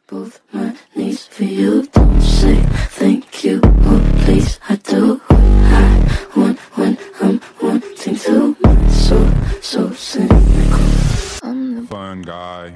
both my knees for you. Don't say thank you, oh please. I do what I want when I'm wanting to. My soul, so cynical. I'm the fun guy.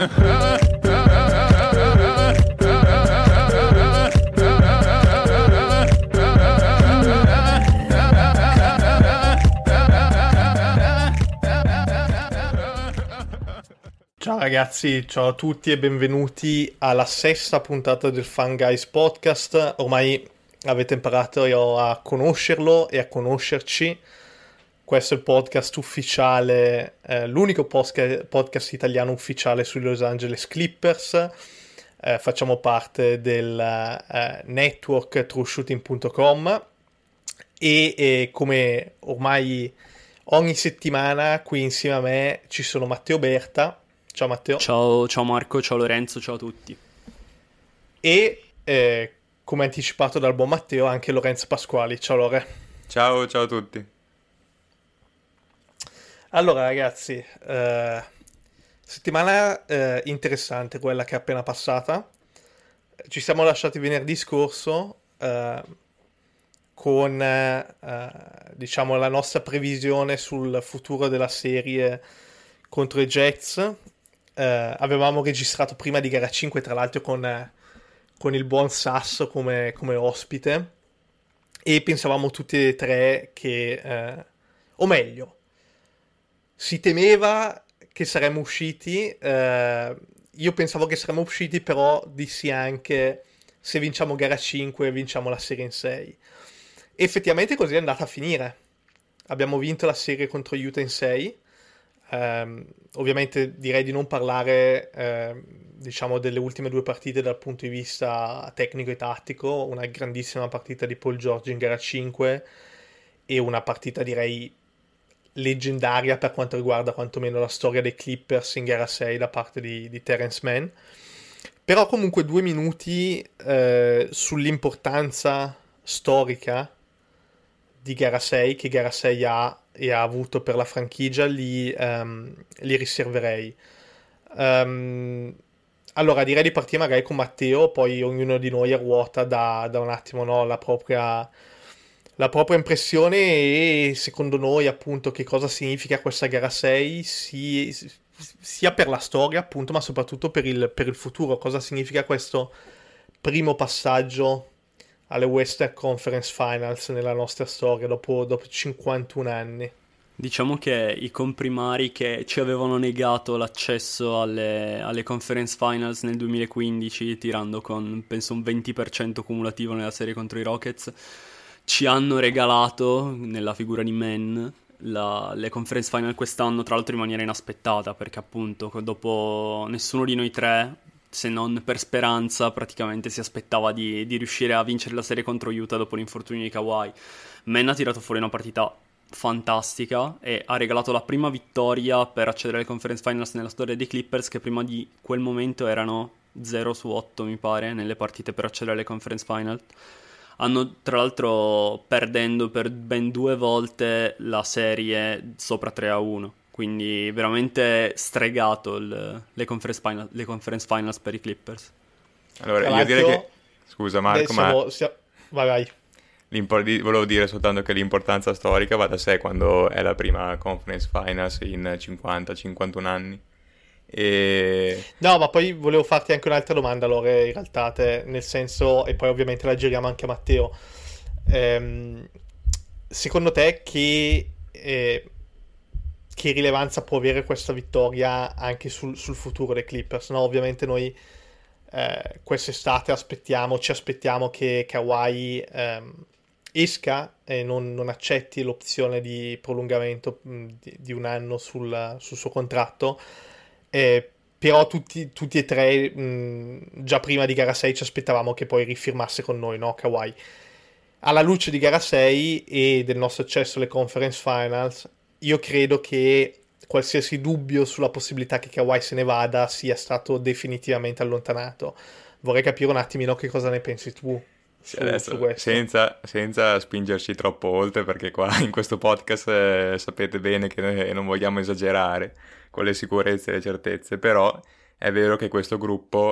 Ciao ragazzi, ciao a tutti e benvenuti alla sesta puntata del Fun Guys Podcast. Ormai avete imparato a conoscerlo e a conoscerci. Questo è il podcast ufficiale, l'unico podcast italiano ufficiale sui Los Angeles Clippers. Facciamo parte del network trueshooting.com e come ormai ogni settimana qui insieme a me ci sono Matteo Berta. Ciao Matteo. Ciao Marco, ciao Lorenzo, ciao a tutti. E come anticipato dal buon Matteo anche Lorenzo Pasquali. Ciao Lore. Ciao a tutti. Allora ragazzi, settimana interessante quella che è appena passata. Ci siamo lasciati venerdì scorso con diciamo la nostra previsione sul futuro della serie contro i Jets. Avevamo registrato prima di gara 5 tra l'altro con il buon Sasso come ospite e pensavamo tutti e tre che o meglio si temeva che saremmo usciti. Io pensavo che saremmo usciti, però dissi anche se vinciamo gara 5 vinciamo la serie in 6. Effettivamente così è andata a finire. Abbiamo vinto la serie contro Utah in 6. Ovviamente direi di non parlare diciamo delle ultime due partite dal punto di vista tecnico e tattico. Una grandissima partita di Paul George in gara 5 e una partita direi leggendaria per quanto riguarda quantomeno la storia dei Clippers in gara 6 da parte di Terrence Mann. Però comunque 2 minuti sull'importanza storica di gara 6 che gara 6 ha e ha avuto per la franchigia li riserverei. Allora direi di partire magari con Matteo, poi ognuno di noi a ruota da un attimo, no, la propria impressione e secondo noi appunto che cosa significa questa gara 6 sia per la storia appunto ma soprattutto per il futuro. Cosa significa questo primo passaggio alle Western Conference Finals nella nostra storia dopo 51 anni. Diciamo che i comprimari che ci avevano negato l'accesso alle Conference Finals nel 2015, tirando con penso un 20% cumulativo nella serie contro i Rockets, ci hanno regalato nella figura di Mann le Conference Final quest'anno, tra l'altro in maniera inaspettata, perché appunto dopo nessuno di noi tre, se non per speranza, praticamente si aspettava di riuscire a vincere la serie contro Utah dopo l'infortunio di Kawhi. Mann ha tirato fuori una partita fantastica e ha regalato la prima vittoria per accedere alle Conference Finals nella storia dei Clippers, che prima di quel momento erano 0 su 8 mi pare nelle partite per accedere alle Conference Finals. Hanno tra l'altro perdendo per ben 2 volte la serie sopra 3-1. Quindi veramente stregato le Conference Finals per i Clippers. Allora, io direi che... Scusa Marco, Vai. Volevo dire soltanto che l'importanza storica va da sé quando è la prima Conference Finals in 50-51 anni. No, ma poi volevo farti anche un'altra domanda, Lore, in realtà, nel senso, e poi ovviamente la giriamo anche a Matteo. Secondo te che rilevanza può avere questa vittoria anche sul futuro dei Clippers? No, ovviamente noi quest'estate ci aspettiamo che Kawhi esca e non accetti l'opzione di prolungamento di un anno sul suo contratto. Però tutti e tre già prima di gara 6 ci aspettavamo che poi rifirmasse con noi, no, Kawhi. Alla luce di gara 6 e del nostro accesso alle Conference Finals, io credo che qualsiasi dubbio sulla possibilità che Kawhi se ne vada sia stato definitivamente allontanato. Vorrei capire un attimino che cosa ne pensi tu adesso, su questo. senza spingerci troppo oltre, perché qua in questo podcast sapete bene che noi non vogliamo esagerare con le sicurezze e le certezze, però è vero che questo gruppo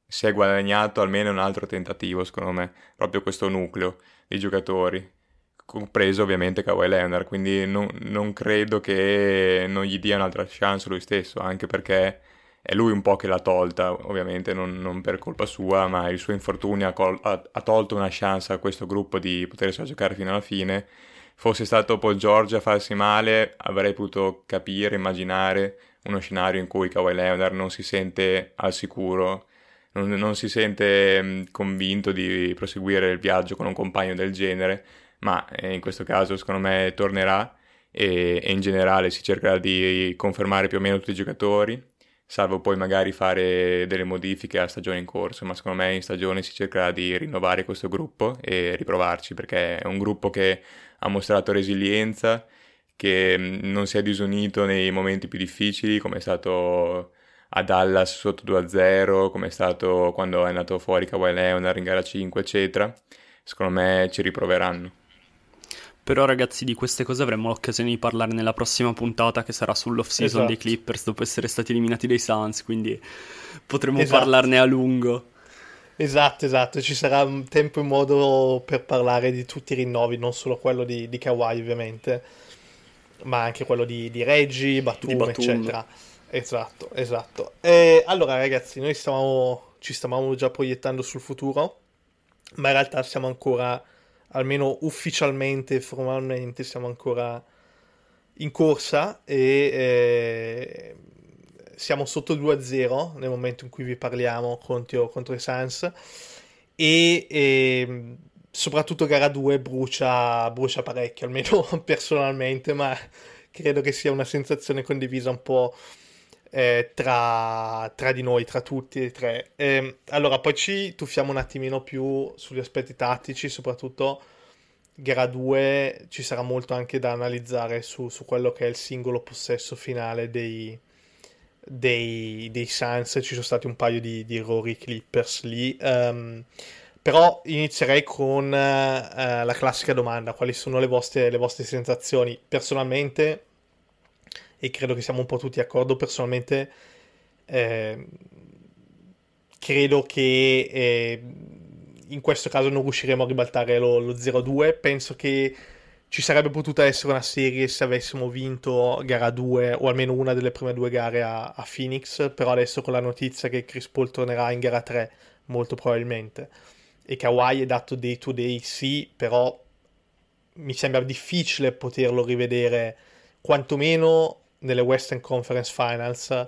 si è guadagnato almeno un altro tentativo, secondo me, proprio questo nucleo di giocatori, compreso ovviamente Kawhi Leonard, quindi non credo che non gli dia un'altra chance lui stesso, anche perché è lui un po' che l'ha tolta, ovviamente non per colpa sua, ma il suo infortunio ha tolto una chance a questo gruppo di potersela giocare fino alla fine. Fosse stato Paul George a farsi male, avrei potuto capire, immaginare uno scenario in cui Kawhi Leonard non si sente al sicuro, non si sente convinto di proseguire il viaggio con un compagno del genere, ma in questo caso secondo me tornerà e in generale si cercherà di confermare più o meno tutti i giocatori, salvo poi magari fare delle modifiche a stagione in corso, ma secondo me in stagione si cercherà di rinnovare questo gruppo e riprovarci, perché è un gruppo che ha mostrato resilienza, che non si è disunito nei momenti più difficili, come è stato a Dallas sotto 2-0, come è stato quando è andato fuori Kawhi Leonard in gara 5, eccetera. Secondo me ci riproveranno. Però ragazzi, di queste cose avremo l'occasione di parlare nella prossima puntata, che sarà sull'off-season dei Clippers dopo essere stati eliminati dai Suns, quindi potremo parlarne a lungo. Esatto, ci sarà tempo e modo per parlare di tutti i rinnovi, non solo quello di Kawhi ovviamente, ma anche quello di Reggie, Batum, eccetera. Esatto. E allora ragazzi, noi ci stavamo già proiettando sul futuro, ma in realtà siamo ancora, almeno ufficialmente e formalmente, siamo ancora in corsa e siamo sotto 2-0 nel momento in cui vi parliamo contro i Suns e soprattutto gara 2 brucia parecchio, almeno personalmente, ma credo che sia una sensazione condivisa un po' tra di noi, tra tutti e tre. Allora, poi ci tuffiamo un attimino più sugli aspetti tattici, soprattutto gara 2 ci sarà molto anche da analizzare su quello che è il singolo possesso finale dei Suns. Ci sono stati un paio di errori Clippers lì, però inizierei con la classica domanda: quali sono le vostre sensazioni? Personalmente, e credo che siamo un po' tutti d'accordo, personalmente credo che in questo caso non riusciremo a ribaltare lo 0-2. Penso che ci sarebbe potuta essere una serie se avessimo vinto gara 2 o almeno una delle prime due gare a Phoenix, però adesso con la notizia che Chris Paul tornerà in gara 3 molto probabilmente e Kawhi è dato day to day, sì, però mi sembra difficile poterlo rivedere quantomeno nelle Western Conference Finals.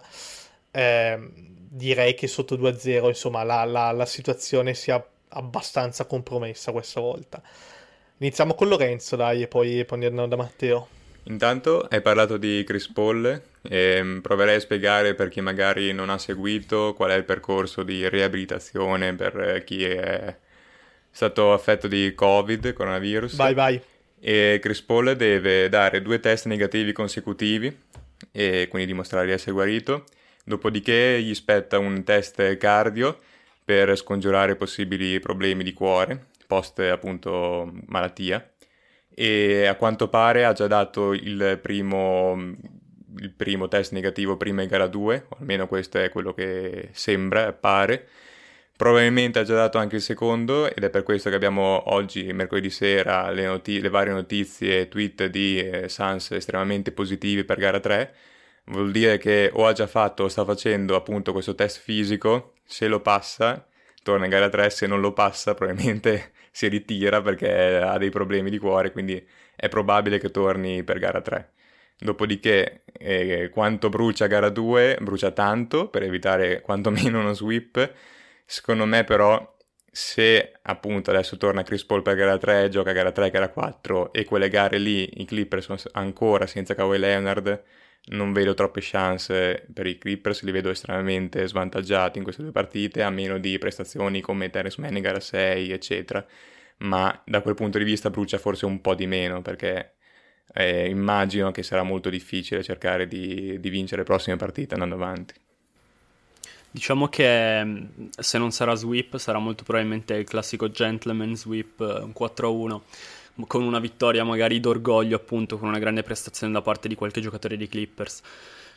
Direi che sotto 2-0 insomma la situazione sia abbastanza compromessa questa volta. Iniziamo con Lorenzo, dai, e poi andiamo da Matteo. Intanto hai parlato di Chris Paul e proverei a spiegare per chi magari non ha seguito qual è il percorso di riabilitazione per chi è stato affetto di Covid, coronavirus. Vai. E Chris Paul deve dare 2 test negativi consecutivi e quindi dimostrare di essere guarito, dopodiché gli spetta un test cardio per scongiurare possibili problemi di cuore post appunto malattia, e a quanto pare ha già dato il primo test negativo prima di gara 2, o almeno questo è quello che sembra, appare. Probabilmente ha già dato anche il secondo, ed è per questo che abbiamo oggi, mercoledì sera, le varie notizie e tweet di Suns estremamente positivi per gara 3. Vuol dire che o ha già fatto o sta facendo appunto questo test fisico. Se lo passa torna in gara 3, se non lo passa probabilmente si ritira perché ha dei problemi di cuore, quindi è probabile che torni per gara 3. Dopodiché quanto brucia gara 2? Brucia tanto per evitare quantomeno uno sweep. Secondo me però, se appunto adesso torna Chris Paul per gara 3, gioca gara 3, gara 4 e quelle gare lì i Clippers sono ancora senza Kawhi Leonard, non vedo troppe chance per i Clippers, li vedo estremamente svantaggiati in queste 2 partite, a meno di prestazioni come Terrence Mann in gara 6, eccetera. Ma da quel punto di vista brucia forse un po' di meno, perché immagino che sarà molto difficile cercare di vincere le prossime partite andando avanti. Diciamo che se non sarà sweep sarà molto probabilmente il classico gentleman sweep, un 4-1, con una vittoria magari d'orgoglio, appunto, con una grande prestazione da parte di qualche giocatore dei Clippers.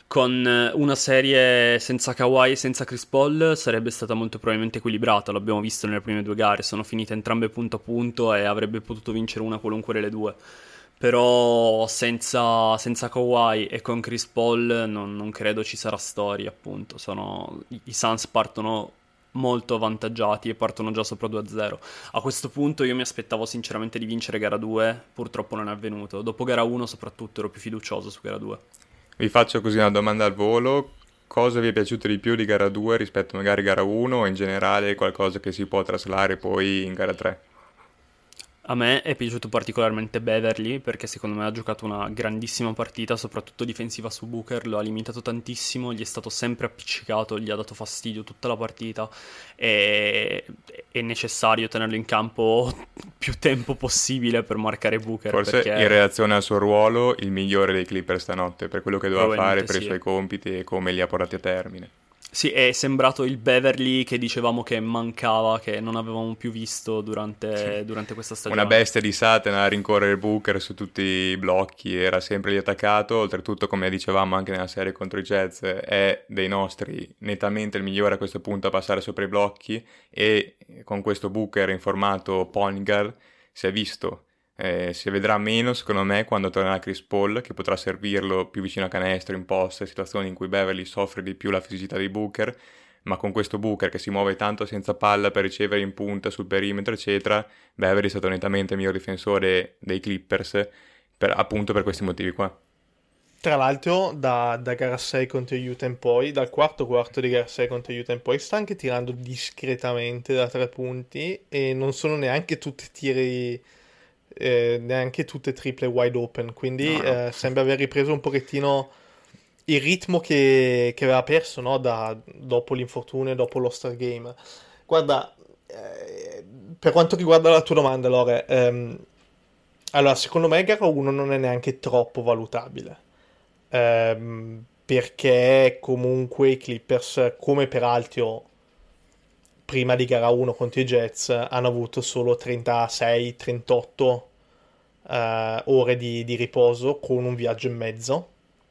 con una serie senza Kawhi e senza Chris Paul sarebbe stata molto probabilmente equilibrata, l'abbiamo visto nelle prime 2 gare, sono finite entrambe punto a punto e avrebbe potuto vincere una qualunque delle due. Però senza Kawhi e con Chris Paul non credo ci sarà storia, appunto. I Suns partono molto avvantaggiati e partono già sopra 2-0. A questo punto io mi aspettavo sinceramente di vincere gara 2, purtroppo non è avvenuto. Dopo gara 1 soprattutto ero più fiducioso su gara 2. Vi faccio così una domanda al volo: cosa vi è piaciuto di più di gara 2 rispetto magari a gara 1 o in generale qualcosa che si può traslare poi in gara 3? A me è piaciuto particolarmente Beverly perché secondo me ha giocato una grandissima partita, soprattutto difensiva su Booker, lo ha limitato tantissimo, gli è stato sempre appiccicato, gli ha dato fastidio tutta la partita e è necessario tenerlo in campo più tempo possibile per marcare Booker. Forse perché... in relazione al suo ruolo il migliore dei Clippers stanotte, per quello che doveva fare, per i sì. suoi compiti e come li ha portati a termine. Sì, è sembrato il Beverly che dicevamo che mancava, che non avevamo più visto durante questa stagione. Una bestia di Satana a rincorrere Booker su tutti i blocchi, era sempre lì attaccato, oltretutto come dicevamo anche nella serie contro i Jazz è dei nostri nettamente il migliore a questo punto a passare sopra i blocchi e con questo Booker in formato point guard si è visto. Si vedrà meno secondo me quando tornerà Chris Paul, che potrà servirlo più vicino a canestro in post, situazioni in cui Beverly soffre di più la fisicità di Booker, ma con questo Booker che si muove tanto senza palla per ricevere in punta sul perimetro eccetera, Beverly è stato nettamente il miglior difensore dei Clippers appunto per questi motivi qua. Tra l'altro da gara 6 contro Utah in poi, dal quarto di gara 6 contro Utah in poi, sta anche tirando discretamente da 3 punti e non sono neanche tutti tiri... neanche tutte triple wide open, quindi no. Sembra aver ripreso un pochettino il ritmo che aveva perso, no? Dopo l'infortunio, dopo l'All-Star Game. Guarda, per quanto riguarda la tua domanda, Lore, allora secondo me gara 1 non è neanche troppo valutabile, perché comunque i Clippers, come peraltro prima di gara 1 contro i Jets, hanno avuto solo 36-38 ore di riposo con un viaggio in mezzo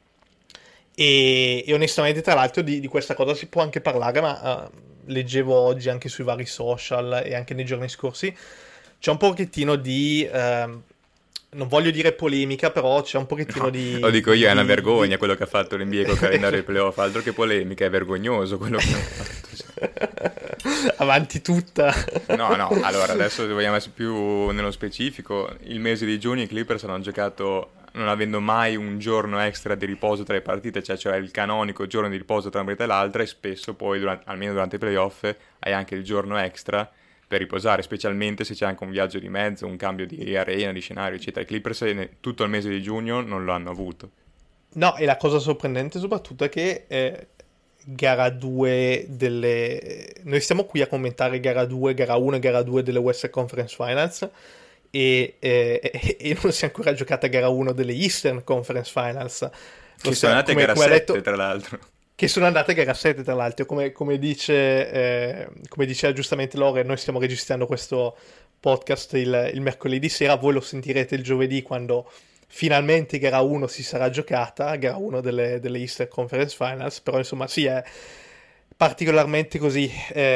e onestamente tra l'altro di questa cosa si può anche parlare, ma leggevo oggi anche sui vari social e anche nei giorni scorsi c'è un pochettino di non voglio dire polemica, però c'è un pochettino di... Lo dico io, è una vergogna quello che ha fatto l'NBA col calendario dei playoff, altro che polemica, è vergognoso quello che ha fatto. Avanti tutta. No, allora adesso se vogliamo essere più nello specifico, il mese di giugno i Clippers hanno giocato non avendo mai un giorno extra di riposo tra le partite, cioè il canonico giorno di riposo tra una partita e l'altra, e spesso poi, almeno durante i playoff, hai anche il giorno extra per riposare, specialmente se c'è anche un viaggio di mezzo, un cambio di arena, di scenario, eccetera. I Clippers tutto il mese di giugno non lo hanno avuto. No, e la cosa sorprendente soprattutto è che gara 2 delle... Noi stiamo qui a commentare gara 2, gara 1 e gara 2 delle Western Conference Finals e non si è ancora giocata gara 1 delle Eastern Conference Finals. Che sono andate a gara 7, tra l'altro. Che sono andate a gara 7, tra l'altro. Come diceva giustamente Lore, noi stiamo registrando questo podcast il mercoledì sera, voi lo sentirete il giovedì quando finalmente gara 1 si sarà giocata, gara 1 delle Eastern Conference Finals, però insomma sì, è particolarmente così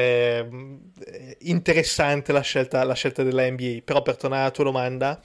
interessante la scelta della NBA. Però per tornare alla tua domanda,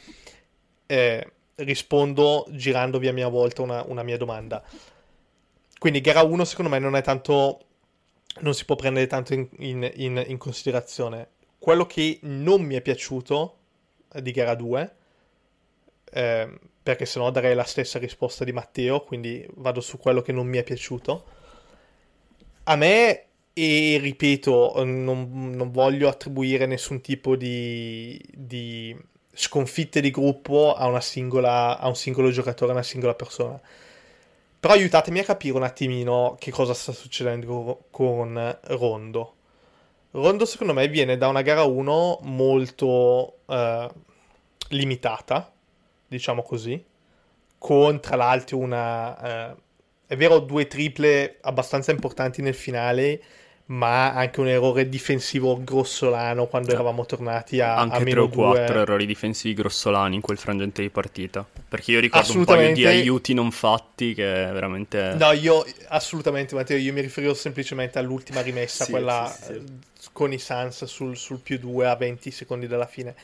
rispondo girando via mia volta una mia domanda. Quindi gara 1 secondo me non è tanto, non si può prendere tanto in considerazione. Quello che non mi è piaciuto di gara 2, perché sennò darei la stessa risposta di Matteo, quindi vado su quello che non mi è piaciuto. A me, e ripeto, non voglio attribuire nessun tipo di sconfitte di gruppo a un singolo giocatore, a una singola persona. Però aiutatemi a capire un attimino che cosa sta succedendo con Rondo. Rondo secondo me viene da una gara 1 molto limitata, diciamo così, con tra l'altro è vero 2 triple abbastanza importanti nel finale, ma anche un errore difensivo grossolano quando eravamo tornati a Anche 3 meno o 4 2. errori difensivi grossolani in quel frangente di partita. Perché io ricordo un Assolutamente. paio di aiuti non fatti che veramente... No, io assolutamente, Matteo, io mi riferivo semplicemente all'ultima rimessa, Sì, quella sì. con i Suns sul più 2 a 20 secondi dalla fine.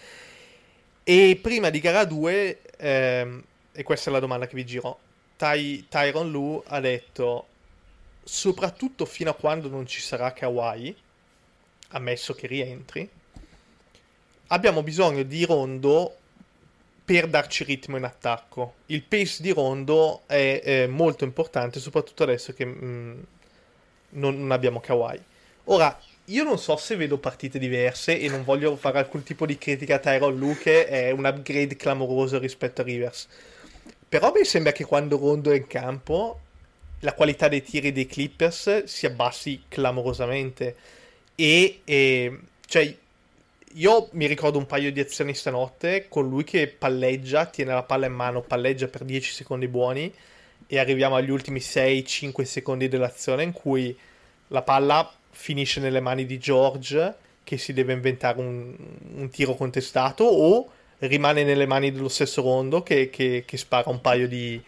E prima di gara 2, e questa è la domanda che vi giro, Tyronn Lue ha detto, soprattutto fino a quando non ci sarà Kawhi, ammesso che rientri, abbiamo bisogno di Rondo per darci ritmo in attacco. Il pace di Rondo è molto importante, soprattutto adesso che non abbiamo Kawhi. Ora, io non so se vedo partite diverse e non voglio fare alcun tipo di critica a Tyronn Lue, che è un upgrade clamoroso rispetto a Rivers. Però mi sembra che quando Rondo è in campo la qualità dei tiri dei Clippers si abbassi clamorosamente. Cioè, io mi ricordo un paio di azioni stanotte con lui che palleggia, tiene la palla in mano, palleggia per 10 secondi buoni e arriviamo agli ultimi 6-5 secondi dell'azione in cui la palla finisce nelle mani di George, che si deve inventare un tiro contestato, o rimane nelle mani dello stesso Rondo che spara un paio di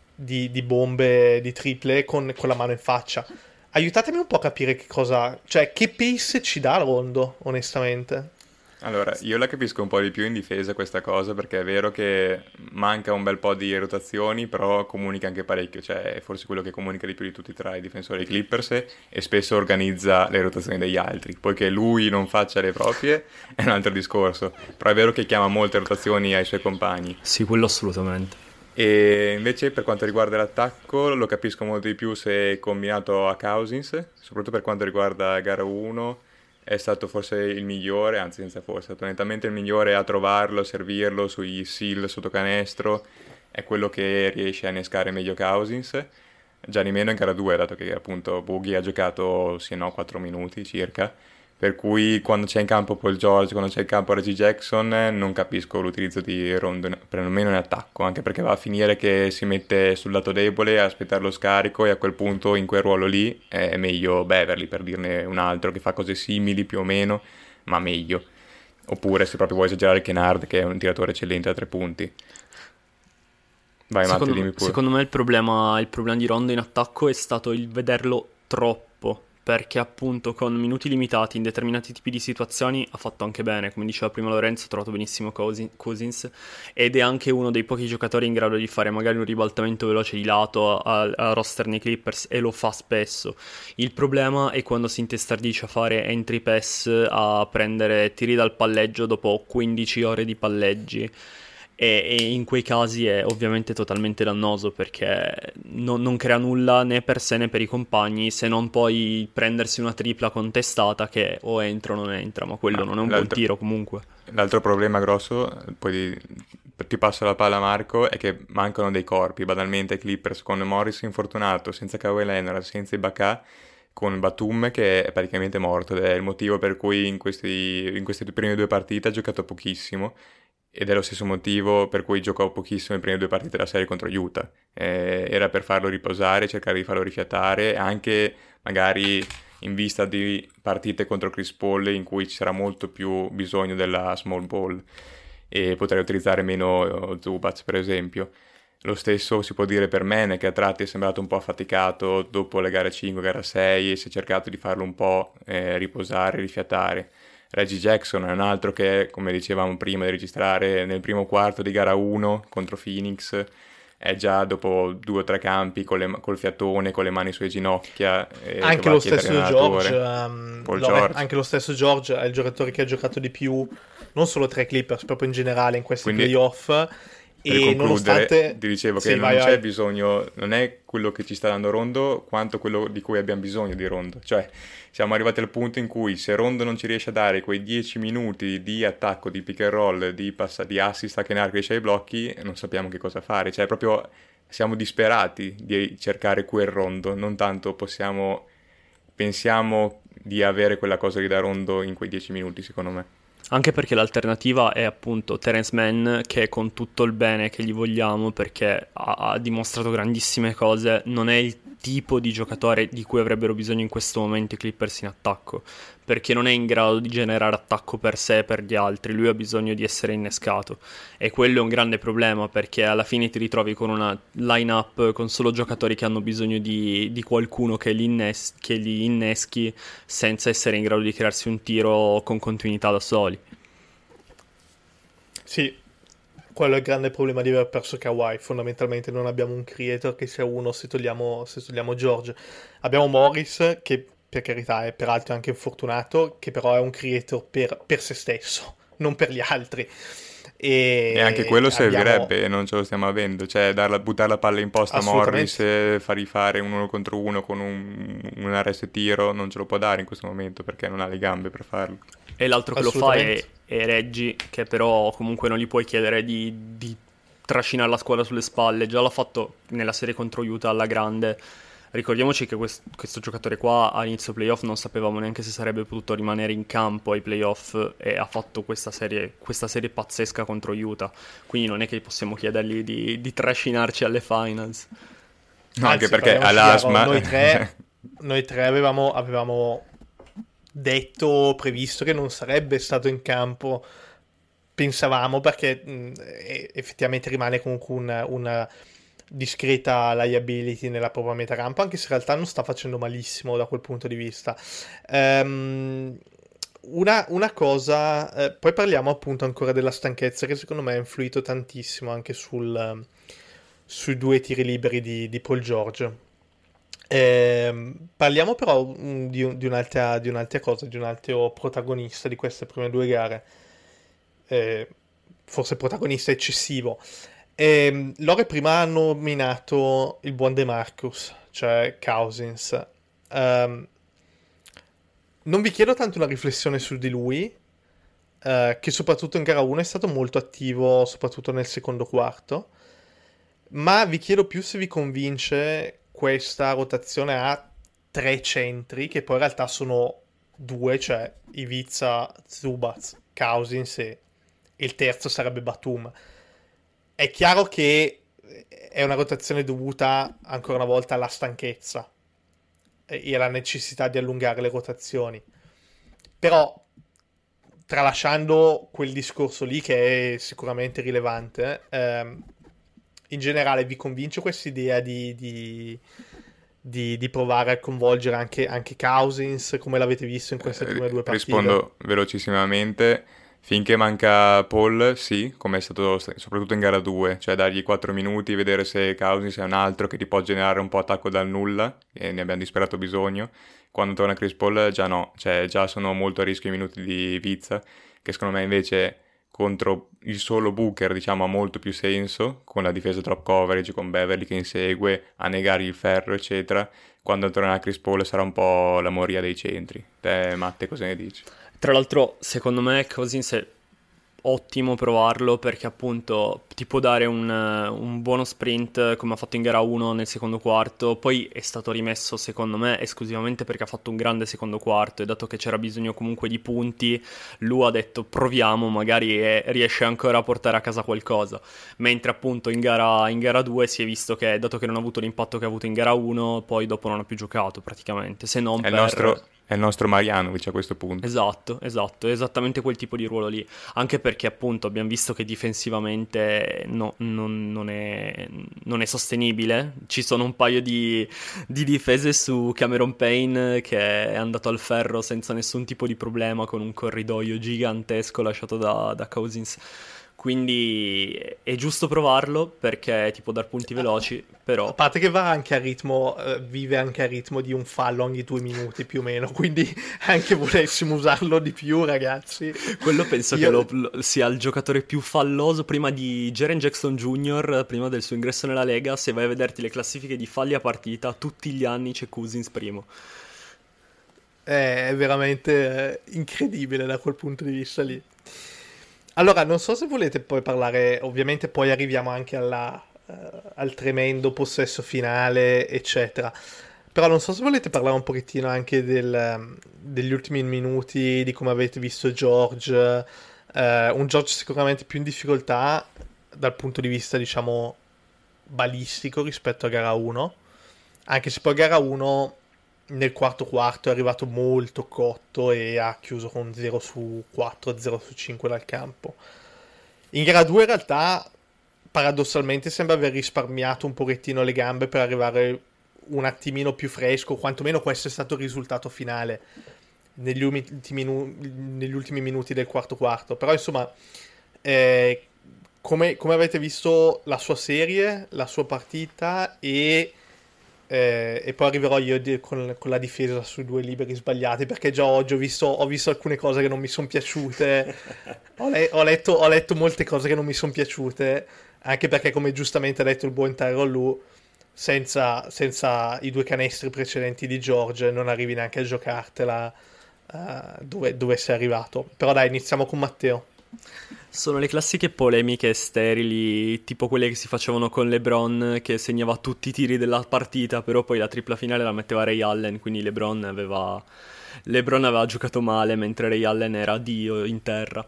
bombe, di triple con la mano in faccia. Aiutatemi un po' a capire che cosa, cioè che pace ci dà Rondo, onestamente. Allora, io la capisco un po' di più in difesa questa cosa, perché è vero che manca un bel po' di rotazioni, però comunica anche parecchio, cioè è forse quello che comunica di più di tutti tra i difensori dei Clippers e spesso organizza le rotazioni degli altri. Poi che lui non faccia le proprie è un altro discorso, però è vero che chiama molte rotazioni ai suoi compagni. Sì, quello assolutamente. E invece per quanto riguarda l'attacco lo capisco molto di più se è combinato a Cousins, soprattutto per quanto riguarda gara 1 è stato forse il migliore, anzi senza forse, è stato nettamente il migliore a trovarlo, a servirlo sui seal sotto canestro, è quello che riesce a innescare meglio Cousins, già di meno in gara 2, dato che appunto Boogie ha giocato, sì e no, 4 minuti circa, per cui quando c'è in campo Paul George, quando c'è in campo Reggie Jackson, non capisco l'utilizzo di Rondo, perlomeno in attacco, anche perché va a finire che si mette sul lato debole a aspettare lo scarico e a quel punto in quel ruolo lì è meglio Beverly, per dirne un altro, che fa cose simili più o meno, ma meglio. Oppure se proprio vuoi esagerare Kennard, che è un tiratore eccellente a 3 punti. Vai Matti, dimmi pure. Secondo me il problema di Rondo in attacco è stato il vederlo troppo, perché appunto con minuti limitati in determinati tipi di situazioni ha fatto anche bene, come diceva prima Lorenzo, ha trovato benissimo Cousins ed è anche uno dei pochi giocatori in grado di fare magari un ribaltamento veloce di lato al roster nei Clippers, e lo fa spesso. Il problema è quando si intestardisce a fare entry pass, a prendere tiri dal palleggio dopo 15 ore di palleggi. E in quei casi è ovviamente totalmente dannoso, perché non crea nulla né per sé né per i compagni, se non poi prendersi una tripla contestata che o entra o non entra, ma quello non è un buon tiro comunque. L'altro problema grosso, poi ti passo la palla Marco, è che mancano dei corpi, banalmente ai Clippers, con Morris infortunato, senza Kawhi Leonard, senza Ibaka, con Batum che è praticamente morto, ed è il motivo per cui in queste prime 2 partite ha giocato pochissimo. Ed è lo stesso motivo per cui giocò pochissimo le prime 2 partite della serie contro Utah. Era per farlo riposare, cercare di farlo rifiatare, anche magari in vista di partite contro Chris Paul in cui ci sarà molto più bisogno della small ball e potrei utilizzare meno Zubac per esempio. Lo stesso si può dire per Mene, che a tratti è sembrato un po' affaticato dopo le gare 5, gara 6 e si è cercato di farlo un po' riposare, rifiatare. Reggie Jackson è un altro che, come dicevamo prima di registrare, nel primo quarto di gara 1 contro Phoenix è già dopo 2 o 3 campi col fiatone, con le mani sulle ginocchia. Anche lo stesso George, George. Anche lo stesso George è il giocatore che ha giocato di più, non solo tra i Clippers, proprio in generale in questi playoff. Per e concludere, nonostante ti dicevo che sì, non c'è bisogno, non è quello che ci sta dando Rondo quanto quello di cui abbiamo bisogno di Rondo. Cioè, siamo arrivati al punto in cui se Rondo non ci riesce a dare quei 10 minuti di attacco, di pick and roll, di assist a Kennard che riesce ai blocchi, non sappiamo che cosa fare. Cioè, proprio siamo disperati di cercare quel Rondo, non tanto pensiamo di avere quella cosa lì da Rondo in quei 10 minuti, secondo me. Anche perché l'alternativa è appunto Terence Mann, che con tutto il bene che gli vogliamo, perché ha dimostrato grandissime cose, non è il tipo di giocatore di cui avrebbero bisogno in questo momento i Clippers in attacco, perché non è in grado di generare attacco per sé e per gli altri, lui ha bisogno di essere innescato, e quello è un grande problema, perché alla fine ti ritrovi con una line-up con solo giocatori che hanno bisogno di qualcuno che li inneschi senza essere in grado di crearsi un tiro con continuità da soli. Sì, quello è il grande problema di aver perso Kawhi. Fondamentalmente non abbiamo un creator che sia uno, se togliamo George. Abbiamo Morris, che per carità è peraltro anche infortunato, che però è un creator per se stesso, non per gli altri. E anche quello servirebbe e non ce lo stiamo avendo, cioè buttare la palla in posta a Morris e fargli fare un 1 contro 1 con un arresto tiro, non ce lo può dare in questo momento perché non ha le gambe per farlo. E l'altro che lo fa è Reggie, che però comunque non gli puoi chiedere di trascinare la squadra sulle spalle, già l'ha fatto nella serie contro Utah alla grande. Ricordiamoci che questo giocatore qua a inizio playoff non sapevamo neanche se sarebbe potuto rimanere in campo ai playoff, e ha fatto questa serie pazzesca contro Utah, quindi non è che possiamo chiedergli di trascinarci alle finals. No, anche perché all'asma noi tre avevamo detto, previsto che non sarebbe stato in campo, pensavamo, perché effettivamente rimane comunque una discreta liability nella propria metacampo, anche se in realtà non sta facendo malissimo da quel punto di vista. Una cosa, poi parliamo appunto ancora della stanchezza, che secondo me ha influito tantissimo anche sui 2 tiri liberi di Paul George. Parliamo però di un'altra cosa, di un altro protagonista di queste prime 2 gare, forse protagonista eccessivo. Loro prima hanno nominato il buon DeMarcus, cioè Cousins. Non vi chiedo tanto una riflessione su di lui, che soprattutto in gara 1 è stato molto attivo, soprattutto nel secondo quarto, ma vi chiedo più se vi convince questa rotazione a 3 centri, che poi in realtà sono 2, cioè Ivica, Zubac, Cousins, e il terzo sarebbe Batum. È chiaro che è una rotazione dovuta ancora una volta alla stanchezza e alla necessità di allungare le rotazioni, però tralasciando quel discorso lì, che è sicuramente rilevante, in generale vi convince questa idea di provare a coinvolgere anche Cousins, come l'avete visto in queste prime 2 partite? Rispondo velocissimamente. Finché manca Paul, sì, come è stato soprattutto in gara 2, cioè dargli 4 minuti, vedere se Cousins è un altro che ti può generare un po' attacco dal nulla, e ne abbiamo disperato bisogno. Quando torna Chris Paul già no, cioè già sono molto a rischio i minuti di Vizza, che secondo me invece contro il solo Booker, diciamo, ha molto più senso, con la difesa drop coverage, con Beverly che insegue, a negargli il ferro, eccetera. Quando tornerà Chris Paul sarà un po' la moria dei centri. Te, Matte, cosa ne dici? Tra l'altro, secondo me Cousins è ottimo provarlo, perché appunto ti può dare un buono sprint come ha fatto in gara 1 nel secondo quarto. Poi è stato rimesso, secondo me, esclusivamente perché ha fatto un grande secondo quarto, e dato che c'era bisogno comunque di punti, lui ha detto proviamo, magari riesce ancora a portare a casa qualcosa. Mentre appunto in gara 2 si è visto che, dato che non ha avuto l'impatto che ha avuto in gara 1, poi dopo non ha più giocato praticamente, se non È il nostro Marjanovic a questo punto. Esatto, è esattamente quel tipo di ruolo lì, anche perché appunto abbiamo visto che difensivamente non è sostenibile. Ci sono un paio di difese su Cameron Payne, che è andato al ferro senza nessun tipo di problema, con un corridoio gigantesco lasciato da Cousins. Quindi è giusto provarlo, perché ti può dar punti veloci, però... A parte che va anche a ritmo, vive anche a ritmo di un fallo ogni 2 minuti più o meno, quindi anche volessimo usarlo di più, ragazzi. Quello penso che sia il giocatore più falloso, prima di Jaren Jackson Jr., prima del suo ingresso nella Lega. Se vai a vederti le classifiche di falli a partita, tutti gli anni c'è Cousins primo. È veramente incredibile da quel punto di vista lì. Allora, non so se volete poi parlare, ovviamente poi arriviamo anche al tremendo possesso finale, eccetera. Però non so se volete parlare un pochettino anche degli ultimi minuti, di come avete visto George. Un George sicuramente più in difficoltà dal punto di vista, diciamo, balistico rispetto a gara 1. anche se poi gara 1 nel quarto quarto è arrivato molto cotto e ha chiuso con 0 su 4, 0 su 5 dal campo. In gara 2 in realtà paradossalmente sembra aver risparmiato un pochettino le gambe per arrivare un attimino più fresco, quantomeno questo è stato il risultato finale negli ultimi minuti del quarto quarto. Però insomma, come avete visto la sua serie, la sua partita e poi arriverò io con la difesa sui 2 liberi sbagliati, perché già oggi ho visto alcune cose che non mi sono piaciute. Ho letto molte cose che non mi sono piaciute, anche perché, come giustamente ha detto il buon Tyrone Lue, senza i 2 canestri precedenti di George non arrivi neanche a giocartela dove sei arrivato. Però dai, iniziamo con Matteo. Sono le classiche polemiche sterili, tipo quelle che si facevano con LeBron, che segnava tutti i tiri della partita, però poi la tripla finale la metteva Ray Allen, quindi LeBron aveva giocato male mentre Ray Allen era Dio in terra.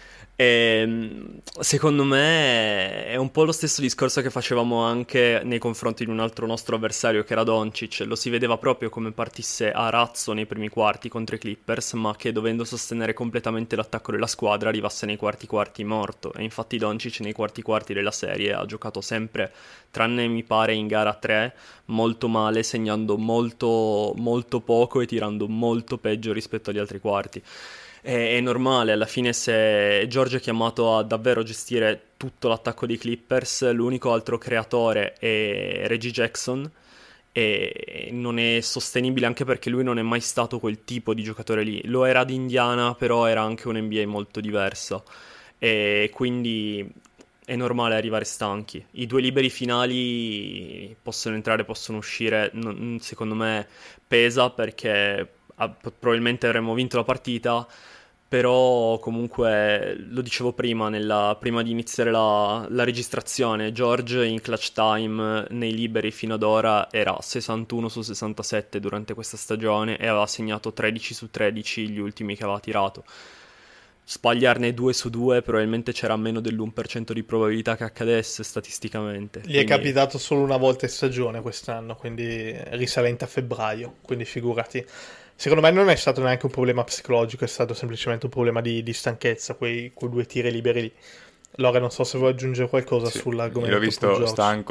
E secondo me è un po' lo stesso discorso che facevamo anche nei confronti di un altro nostro avversario che era Doncic. Lo si vedeva proprio come partisse a razzo nei primi quarti contro i Clippers, ma che dovendo sostenere completamente l'attacco della squadra arrivasse nei quarti morto. E infatti Doncic nei quarti della serie ha giocato sempre, tranne mi pare in gara 3, molto male, segnando molto, molto poco e tirando molto peggio rispetto agli altri quarti. È normale, alla fine se George è chiamato a davvero gestire tutto l'attacco dei Clippers, l'unico altro creatore è Reggie Jackson e non è sostenibile, anche perché lui non è mai stato quel tipo di giocatore lì. Lo era ad Indiana, però era anche un NBA molto diverso e quindi è normale arrivare stanchi. I 2 liberi finali possono entrare, possono uscire, secondo me pesa perché probabilmente avremmo vinto la partita, però comunque lo dicevo prima di iniziare la registrazione, George in clutch time nei liberi fino ad ora era 61 su 67 durante questa stagione e aveva segnato 13 su 13 gli ultimi che aveva tirato. Sbagliarne 2 su 2 probabilmente c'era meno dell'1% di probabilità che accadesse statisticamente. Gli è capitato solo una volta in stagione quest'anno, quindi risalente a febbraio, quindi figurati. Secondo me non è stato neanche un problema psicologico, è stato semplicemente un problema di stanchezza, quei 2 tiri liberi lì. Allora non so se vuoi aggiungere qualcosa sull'argomento. Io l'ho visto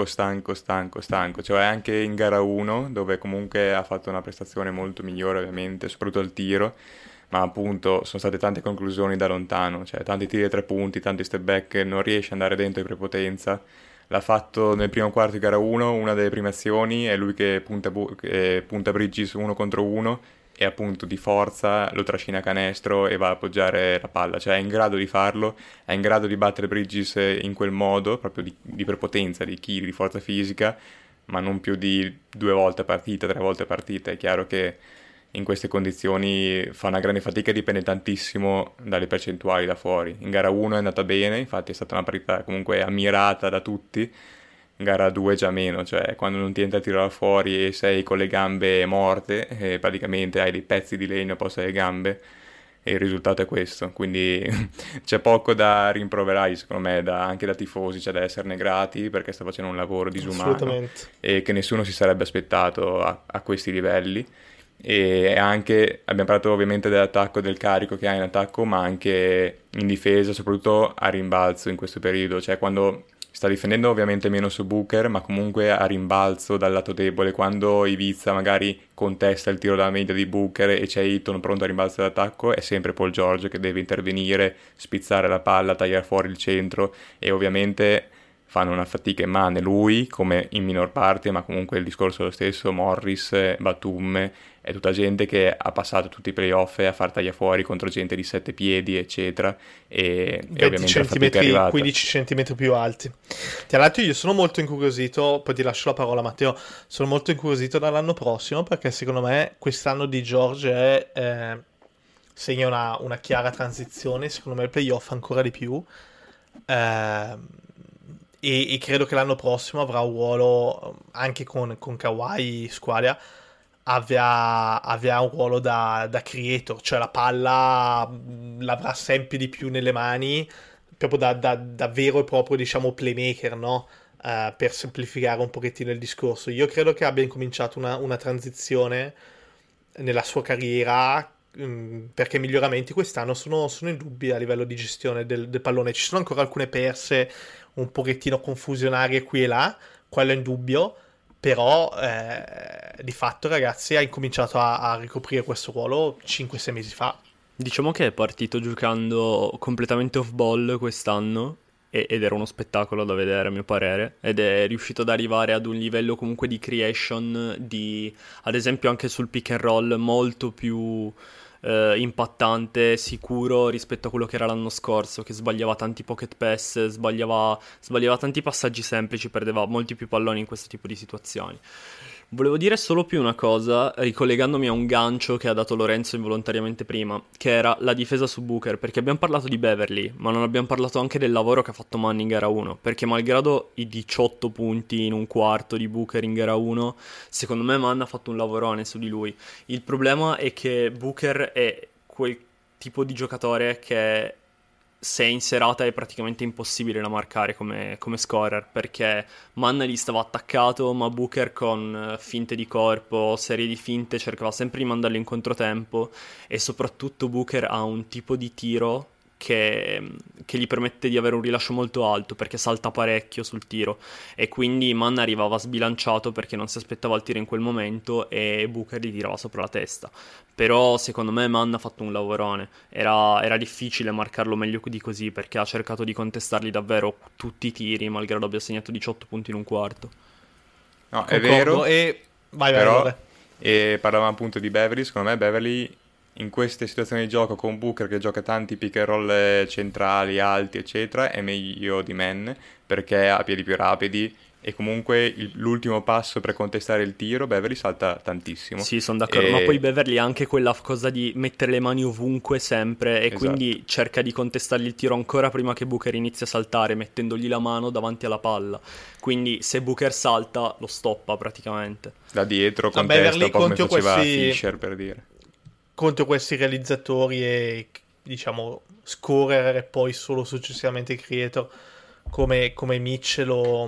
stanco, cioè anche in gara 1 dove comunque ha fatto una prestazione molto migliore ovviamente, soprattutto al tiro, ma appunto sono state tante conclusioni da lontano, cioè tanti tiri a 3 punti, tanti step back, non riesce ad andare dentro in prepotenza. L'ha fatto nel primo quarto di gara 1, una delle prime azioni è lui che punta Bridges 1 contro 1 e appunto di forza lo trascina a canestro e va a appoggiare la palla, cioè è in grado di farlo, è in grado di battere Bridges in quel modo, proprio di prepotenza, di chili, di forza fisica, ma non più di 2 volte a partita, 3 volte a partita. È chiaro che in queste condizioni fa una grande fatica e dipende tantissimo dalle percentuali da fuori. In gara 1 è andata bene, infatti è stata una partita comunque ammirata da tutti. In gara 2 già meno, cioè quando non ti entra a tirare fuori e sei con le gambe morte, praticamente hai dei pezzi di legno a posto delle gambe e il risultato è questo. Quindi c'è poco da rimproverare secondo me, anche da tifosi, c'è da esserne grati perché sta facendo un lavoro disumano e che nessuno si sarebbe aspettato a questi livelli. E anche abbiamo parlato ovviamente dell'attacco, del carico che ha in attacco, ma anche in difesa, soprattutto a rimbalzo in questo periodo, cioè quando sta difendendo ovviamente meno su Booker, ma comunque a rimbalzo dal lato debole, quando Ivica magari contesta il tiro dalla media di Booker e c'è Ayton pronto a rimbalzo d'attacco, è sempre Paul George che deve intervenire, spizzare la palla, tagliare fuori il centro, e ovviamente fanno una fatica immane lui, come in minor parte, ma comunque il discorso è lo stesso, Morris, Batum, è tutta gente che ha passato tutti i playoff a far taglia fuori contro gente di 7 piedi, eccetera, e 20 ovviamente centimetri, 15 centimetri più alti. Tra l'altro io sono molto incuriosito, poi ti lascio la parola Matteo, sono molto incuriosito dall'anno prossimo, perché secondo me quest'anno di George segna una chiara transizione, secondo me il playoff ancora di più, e credo che l'anno prossimo avrà un ruolo anche con Kawhi squadra, avrà un ruolo da creator, cioè la palla l'avrà sempre di più nelle mani, proprio da vero e proprio, diciamo, playmaker, no? per semplificare un pochettino il discorso. Io credo che abbia incominciato una transizione nella sua carriera, perché i miglioramenti quest'anno sono indubbi a livello di gestione del pallone. Ci sono ancora alcune perse un pochettino confusionarie qui e là, quello è indubbio, però di fatto, ragazzi, ha incominciato a ricoprire questo ruolo 5-6 mesi fa. Diciamo che è partito giocando completamente off ball quest'anno ed era uno spettacolo da vedere a mio parere, ed è riuscito ad arrivare ad un livello comunque di creation, ad esempio anche sul pick and roll molto più impattante, sicuro rispetto a quello che era l'anno scorso, che sbagliava tanti pocket pass, sbagliava tanti passaggi semplici, perdeva molti più palloni in questo tipo di situazioni. Volevo dire solo più una cosa, ricollegandomi a un gancio che ha dato Lorenzo involontariamente prima, che era la difesa su Booker, perché abbiamo parlato di Beverly, ma non abbiamo parlato anche del lavoro che ha fatto Mann in gara 1, perché malgrado i 18 punti in un quarto di Booker in gara 1, secondo me Mann ha fatto un lavorone su di lui. Il problema è che Booker è quel tipo di giocatore che se in serata è praticamente impossibile da marcare come scorer, perché Mann gli stava attaccato, ma Booker con finte di corpo, serie di finte, cercava sempre di mandarlo in controtempo, e soprattutto Booker ha un tipo di tiro che gli permette di avere un rilascio molto alto, perché salta parecchio sul tiro, e quindi Mann arrivava sbilanciato perché non si aspettava il tiro in quel momento e Booker gli tirava sopra la testa. Però secondo me Mann ha fatto un lavorone, era difficile marcarlo meglio di così, perché ha cercato di contestargli davvero tutti i tiri, malgrado abbia segnato 18 punti in un quarto. No, Concordo, è vero, e vai, però, vai. e parlavamo appunto di Beverly, secondo me Beverly in queste situazioni di gioco con Booker che gioca tanti pick and roll centrali, alti, eccetera, è meglio di Mann, perché ha piedi più rapidi e comunque l'ultimo passo per contestare il tiro Beverly salta tantissimo. Sì, sono d'accordo, ma poi Beverly ha anche quella cosa di mettere le mani ovunque sempre, e esatto, quindi cerca di contestargli il tiro ancora prima che Booker inizi a saltare, mettendogli la mano davanti alla palla. Quindi se Booker salta lo stoppa praticamente. Da dietro No, contesta Beverly un po' come contro faceva questi- Fisher, per dire. Contro questi realizzatori e, diciamo, scorer e poi solo successivamente creator come Mitchell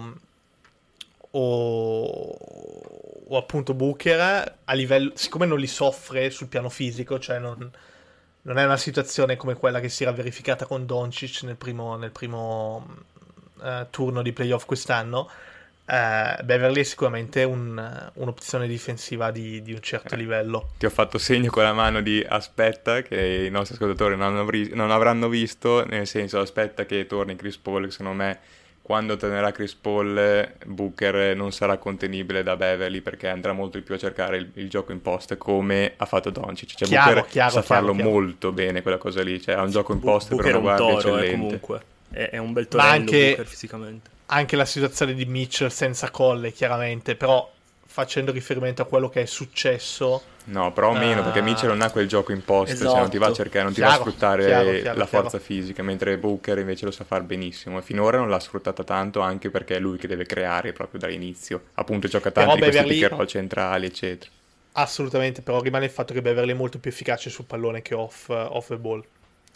o appunto Booker, a livello, siccome non li soffre sul piano fisico, cioè non è una situazione come quella che si era verificata con Doncic nel primo turno di playoff quest'anno. Beverly è sicuramente un'opzione difensiva di un certo livello. Ti ho fatto segno con la mano di aspetta, che i nostri ascoltatori non avranno visto, nel senso aspetta che torni Chris Paul, che secondo me quando tornerà Chris Paul Booker non sarà contenibile da Beverly, perché andrà molto di più a cercare il gioco in post come ha fatto Doncic. Cioè Booker sa farlo molto bene quella cosa lì, cioè ha un gioco in post per una guardia eccellente. Comunque è un bel torello Booker fisicamente. Anche la situazione di Mitchell senza colle, chiaramente, però facendo riferimento a quello che è successo. No, però meno, perché Mitchell non ha quel gioco in post, esatto, cioè non ti va a cercare, non ti va a sfruttare la forza fisica, mentre Booker invece lo sa fare benissimo, e finora non l'ha sfruttata tanto, anche perché è lui che deve creare proprio dall'inizio, appunto gioca tanti di questi pick and roll centrali, eccetera. Assolutamente, però rimane il fatto che Beverly è molto più efficace sul pallone che off the ball.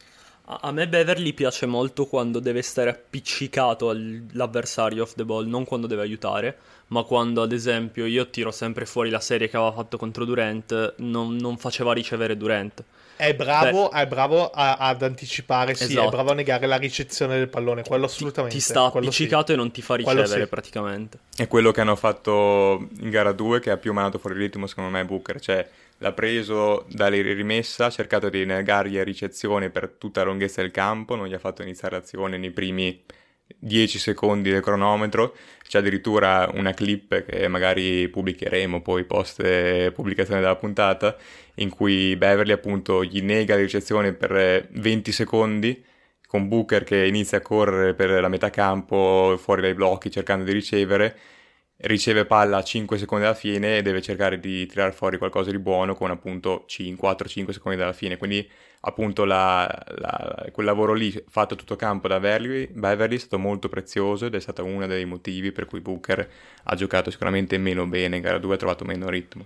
A me Beverly piace molto quando deve stare appiccicato all'avversario off the ball, non quando deve aiutare, ma quando, ad esempio, io tiro sempre fuori la serie che aveva fatto contro Durant, non faceva ricevere Durant. È bravo ad anticipare, sì, esatto, è bravo a negare la ricezione del pallone, quello assolutamente. Ti sta appiccicato, sì, e non ti fa ricevere, sì, praticamente. È quello che hanno fatto in gara 2 che ha più mandato fuori ritmo, secondo me, Booker, cioè l'ha preso dalle rimessa, ha cercato di negargli a ricezione per tutta la lunghezza del campo, non gli ha fatto iniziare l'azione nei primi 10 secondi del cronometro. C'è addirittura una clip che magari pubblicheremo poi post pubblicazione della puntata, in cui Beverly appunto gli nega la ricezione per 20 secondi, con Booker che inizia a correre per la metà campo fuori dai blocchi cercando di riceve palla a 5 secondi alla fine e deve cercare di tirare fuori qualcosa di buono con appunto 4-5 secondi dalla fine. Quindi appunto quel lavoro lì fatto a tutto campo da Beverly è stato molto prezioso, ed è stato uno dei motivi per cui Booker ha giocato sicuramente meno bene in gara 2, ha trovato meno ritmo.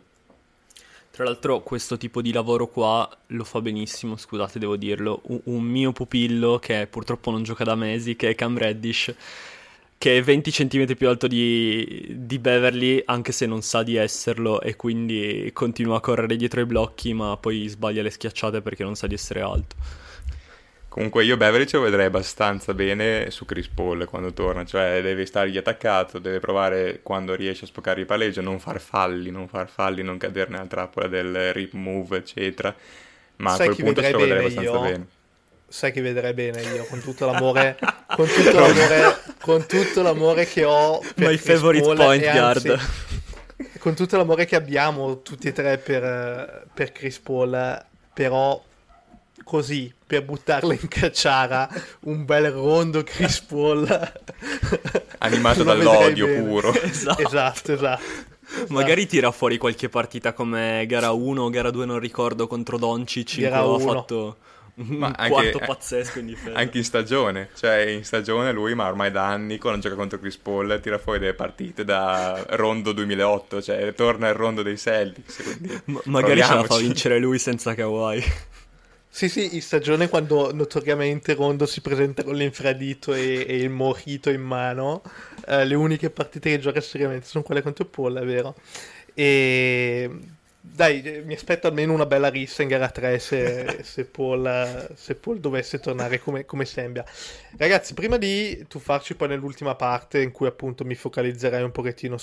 Tra l'altro questo tipo di lavoro qua lo fa benissimo, scusate devo dirlo, un mio pupillo che purtroppo non gioca da mesi, che è Cam Reddish. che è 20 cm più alto di Beverly, anche se non sa di esserlo, e quindi continua a correre dietro ai blocchi, ma poi sbaglia le schiacciate perché non sa di essere alto. Comunque io Beverly ce lo vedrei abbastanza bene su Chris Paul quando torna, cioè deve stargli attaccato, deve provare quando riesce a spoccare il palleggio, non far falli, non cadere nella trappola del rip move, eccetera. Ma a Sai quel chi punto ce lo vedrei vedrei abbastanza io? bene. Sai che vedrei bene io, con tutto l'amore, con tutto l'amore che ho per My Chris favorite Paul, point e anzi, guard. con tutto l'amore che abbiamo tutti e tre per Chris Paul, però così, per buttarlo in cacciara, un bel rondo Chris Paul Animato lo vedrei dall'odio bene. puro. Esatto. Magari tira fuori qualche partita come gara 1 o gara 2, non ricordo, contro Doncic, in cui Gara ha 1. fatto un Ma quarto pazzesco in difesa. Anche in stagione, cioè in stagione lui, ma ormai da anni, quando gioca contro Chris Paul, tira fuori delle partite da rondo 2008, cioè torna il rondo dei Celtics. Quindi Magari ce la fa proviamoci. vincere lui senza Kawhi. Sì, in stagione quando notoriamente Rondo si presenta con l'infradito e il mojito in mano, le uniche partite che gioca seriamente sono quelle contro Paul, è vero. E dai, mi aspetto almeno una bella rissa in gara 3 se Paul dovesse tornare come sembra. Ragazzi, prima di tuffarci poi nell'ultima parte, in cui appunto mi focalizzerei un pochettino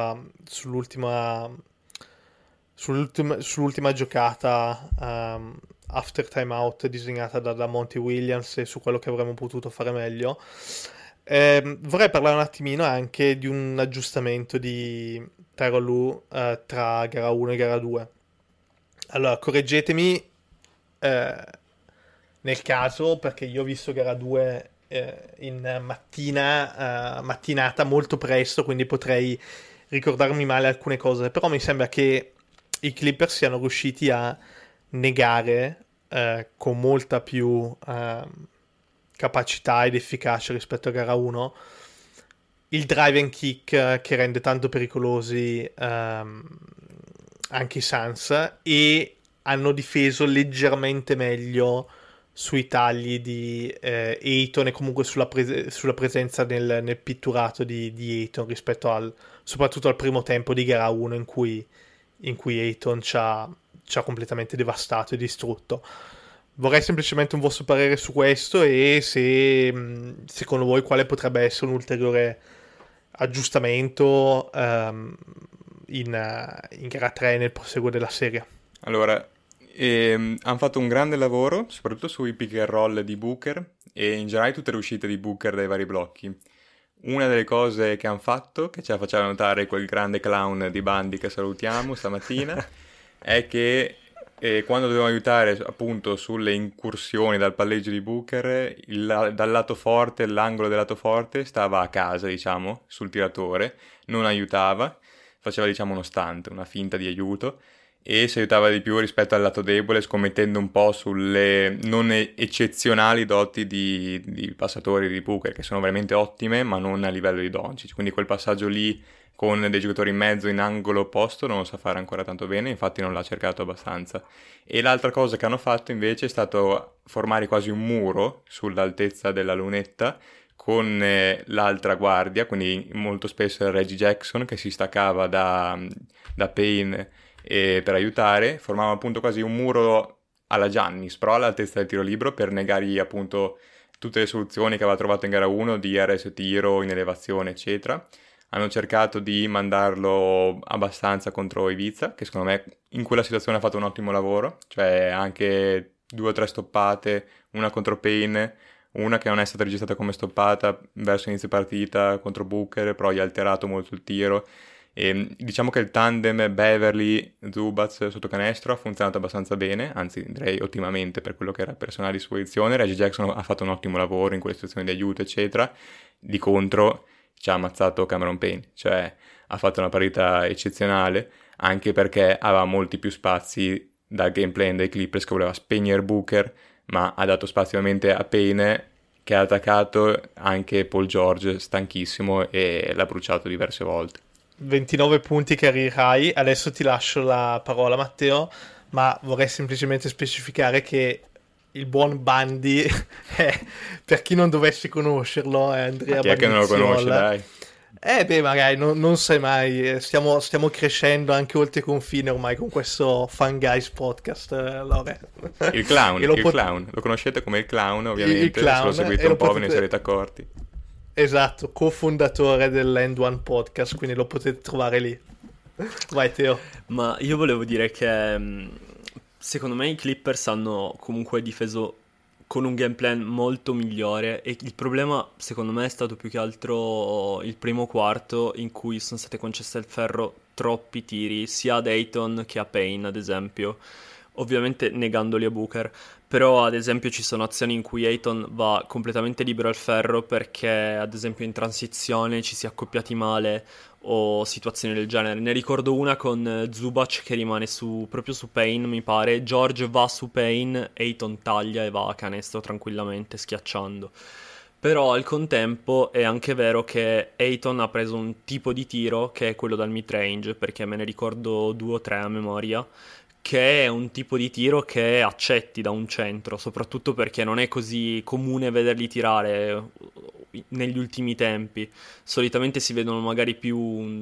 sull'ultima giocata after timeout disegnata da Monty Williams, e su quello che avremmo potuto fare meglio, vorrei parlare un attimino anche di un aggiustamento di Tyronn Lue tra gara 1 e gara 2. Allora, correggetemi nel caso, perché io ho visto gara 2 in mattinata molto presto, quindi potrei ricordarmi male alcune cose, però mi sembra che i Clippers siano riusciti a negare con molta più capacità ed efficacia rispetto a gara 1 il drive and kick che rende tanto pericolosi anche i Suns, e hanno difeso leggermente meglio sui tagli di Ayton, e comunque sulla presenza nel pitturato di Ayton rispetto soprattutto al primo tempo di gara 1 in cui Ayton ci ha completamente devastato e distrutto. Vorrei semplicemente un vostro parere su questo, e se secondo voi quale potrebbe essere un ulteriore aggiustamento in gara 3 nel proseguo della serie. Allora, hanno fatto un grande lavoro, soprattutto sui pick and roll di Booker e in generale tutte le uscite di Booker dai vari blocchi. Una delle cose che hanno fatto, che ce la faceva notare quel grande clown di Bundy che salutiamo stamattina, è che quando dovevano aiutare appunto sulle incursioni dal palleggio di Booker, dal lato forte, l'angolo del lato forte stava a casa, diciamo, sul tiratore, non aiutava, faceva diciamo uno stunt, una finta di aiuto, e si aiutava di più rispetto al lato debole, scommettendo un po' sulle non eccezionali doti di passatori di Booker, che sono veramente ottime, ma non a livello di Doncic. Quindi quel passaggio lì con dei giocatori in mezzo in angolo opposto non lo sa fare ancora tanto bene, infatti non l'ha cercato abbastanza. E l'altra cosa che hanno fatto invece è stato formare quasi un muro sull'altezza della lunetta con l'altra guardia, quindi molto spesso era Reggie Jackson che si staccava da Payne per aiutare, formava appunto quasi un muro alla Giannis, però all'altezza del tiro libero, per negargli appunto tutte le soluzioni che aveva trovato in gara 1 di RS tiro in elevazione eccetera. Hanno cercato di mandarlo abbastanza contro Ivica, che secondo me in quella situazione ha fatto un ottimo lavoro, cioè anche 2 o 3 stoppate, una contro Payne, una che non è stata registrata come stoppata verso inizio partita contro Booker, però gli ha alterato molto il tiro. E diciamo che il tandem Beverly-Zubac sotto canestro ha funzionato abbastanza bene, anzi direi ottimamente per quello che era personale a disposizione. Reggie Jackson ha fatto un ottimo lavoro in quelle situazioni di aiuto eccetera, di contro ci ha ammazzato Cameron Payne, cioè ha fatto una partita eccezionale, anche perché aveva molti più spazi dal game plan dei Clippers, che voleva spegnere Booker, ma ha dato spazio ovviamente a Payne, che ha attaccato anche Paul George stanchissimo e l'ha bruciato diverse volte. 29 punti career high. Adesso ti lascio la parola, Matteo, ma vorrei semplicemente specificare che il buon Bundy, per chi non dovesse conoscerlo, è Andrea Chi è che non lo conosce, dai? Beh, magari, non sai mai, stiamo crescendo anche oltre confine ormai con questo Fun Guys podcast, Lore. Il clown, E il clown, lo conoscete come il clown, ovviamente, il clown, se lo seguite e lo un po' ve ne potete- sarete accorti. Esatto, cofondatore dell'End One Podcast, quindi lo potete trovare lì. Vai Teo. Ma io volevo dire che secondo me i Clippers hanno comunque difeso con un game plan molto migliore e il problema secondo me è stato più che altro il primo quarto in cui sono state concesse al ferro troppi tiri sia ad Ayton che a Payne ad esempio, ovviamente negandoli a Booker, però ad esempio ci sono azioni in cui Ayton va completamente libero al ferro perché ad esempio in transizione ci si è accoppiati male o situazioni del genere. Ne ricordo una con Zubac che rimane proprio su Payne, mi pare. George va su Payne, Ayton taglia e va a canestro tranquillamente, schiacciando. Però al contempo è anche vero che Ayton ha preso un tipo di tiro che è quello dal mid-range, perché me ne ricordo 2 o 3 a memoria, che è un tipo di tiro che accetti da un centro, soprattutto perché non è così comune vederli tirare negli ultimi tempi. Solitamente si vedono magari più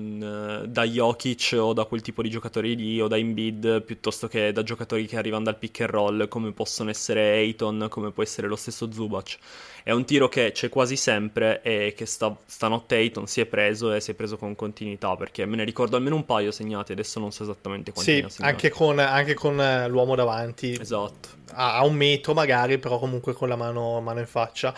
da Jokic o da quel tipo di giocatori lì o da Embiid piuttosto che da giocatori che arrivano dal pick and roll come possono essere Ayton, come può essere lo stesso Zubac. È un tiro che c'è quasi sempre e che stanotte Ayton si è preso e si è preso con continuità, perché me ne ricordo almeno un paio segnati, adesso non so esattamente quanti ne ha Sì, segnati. anche con l'uomo davanti, Esatto. a un metro magari, però comunque con la mano in faccia.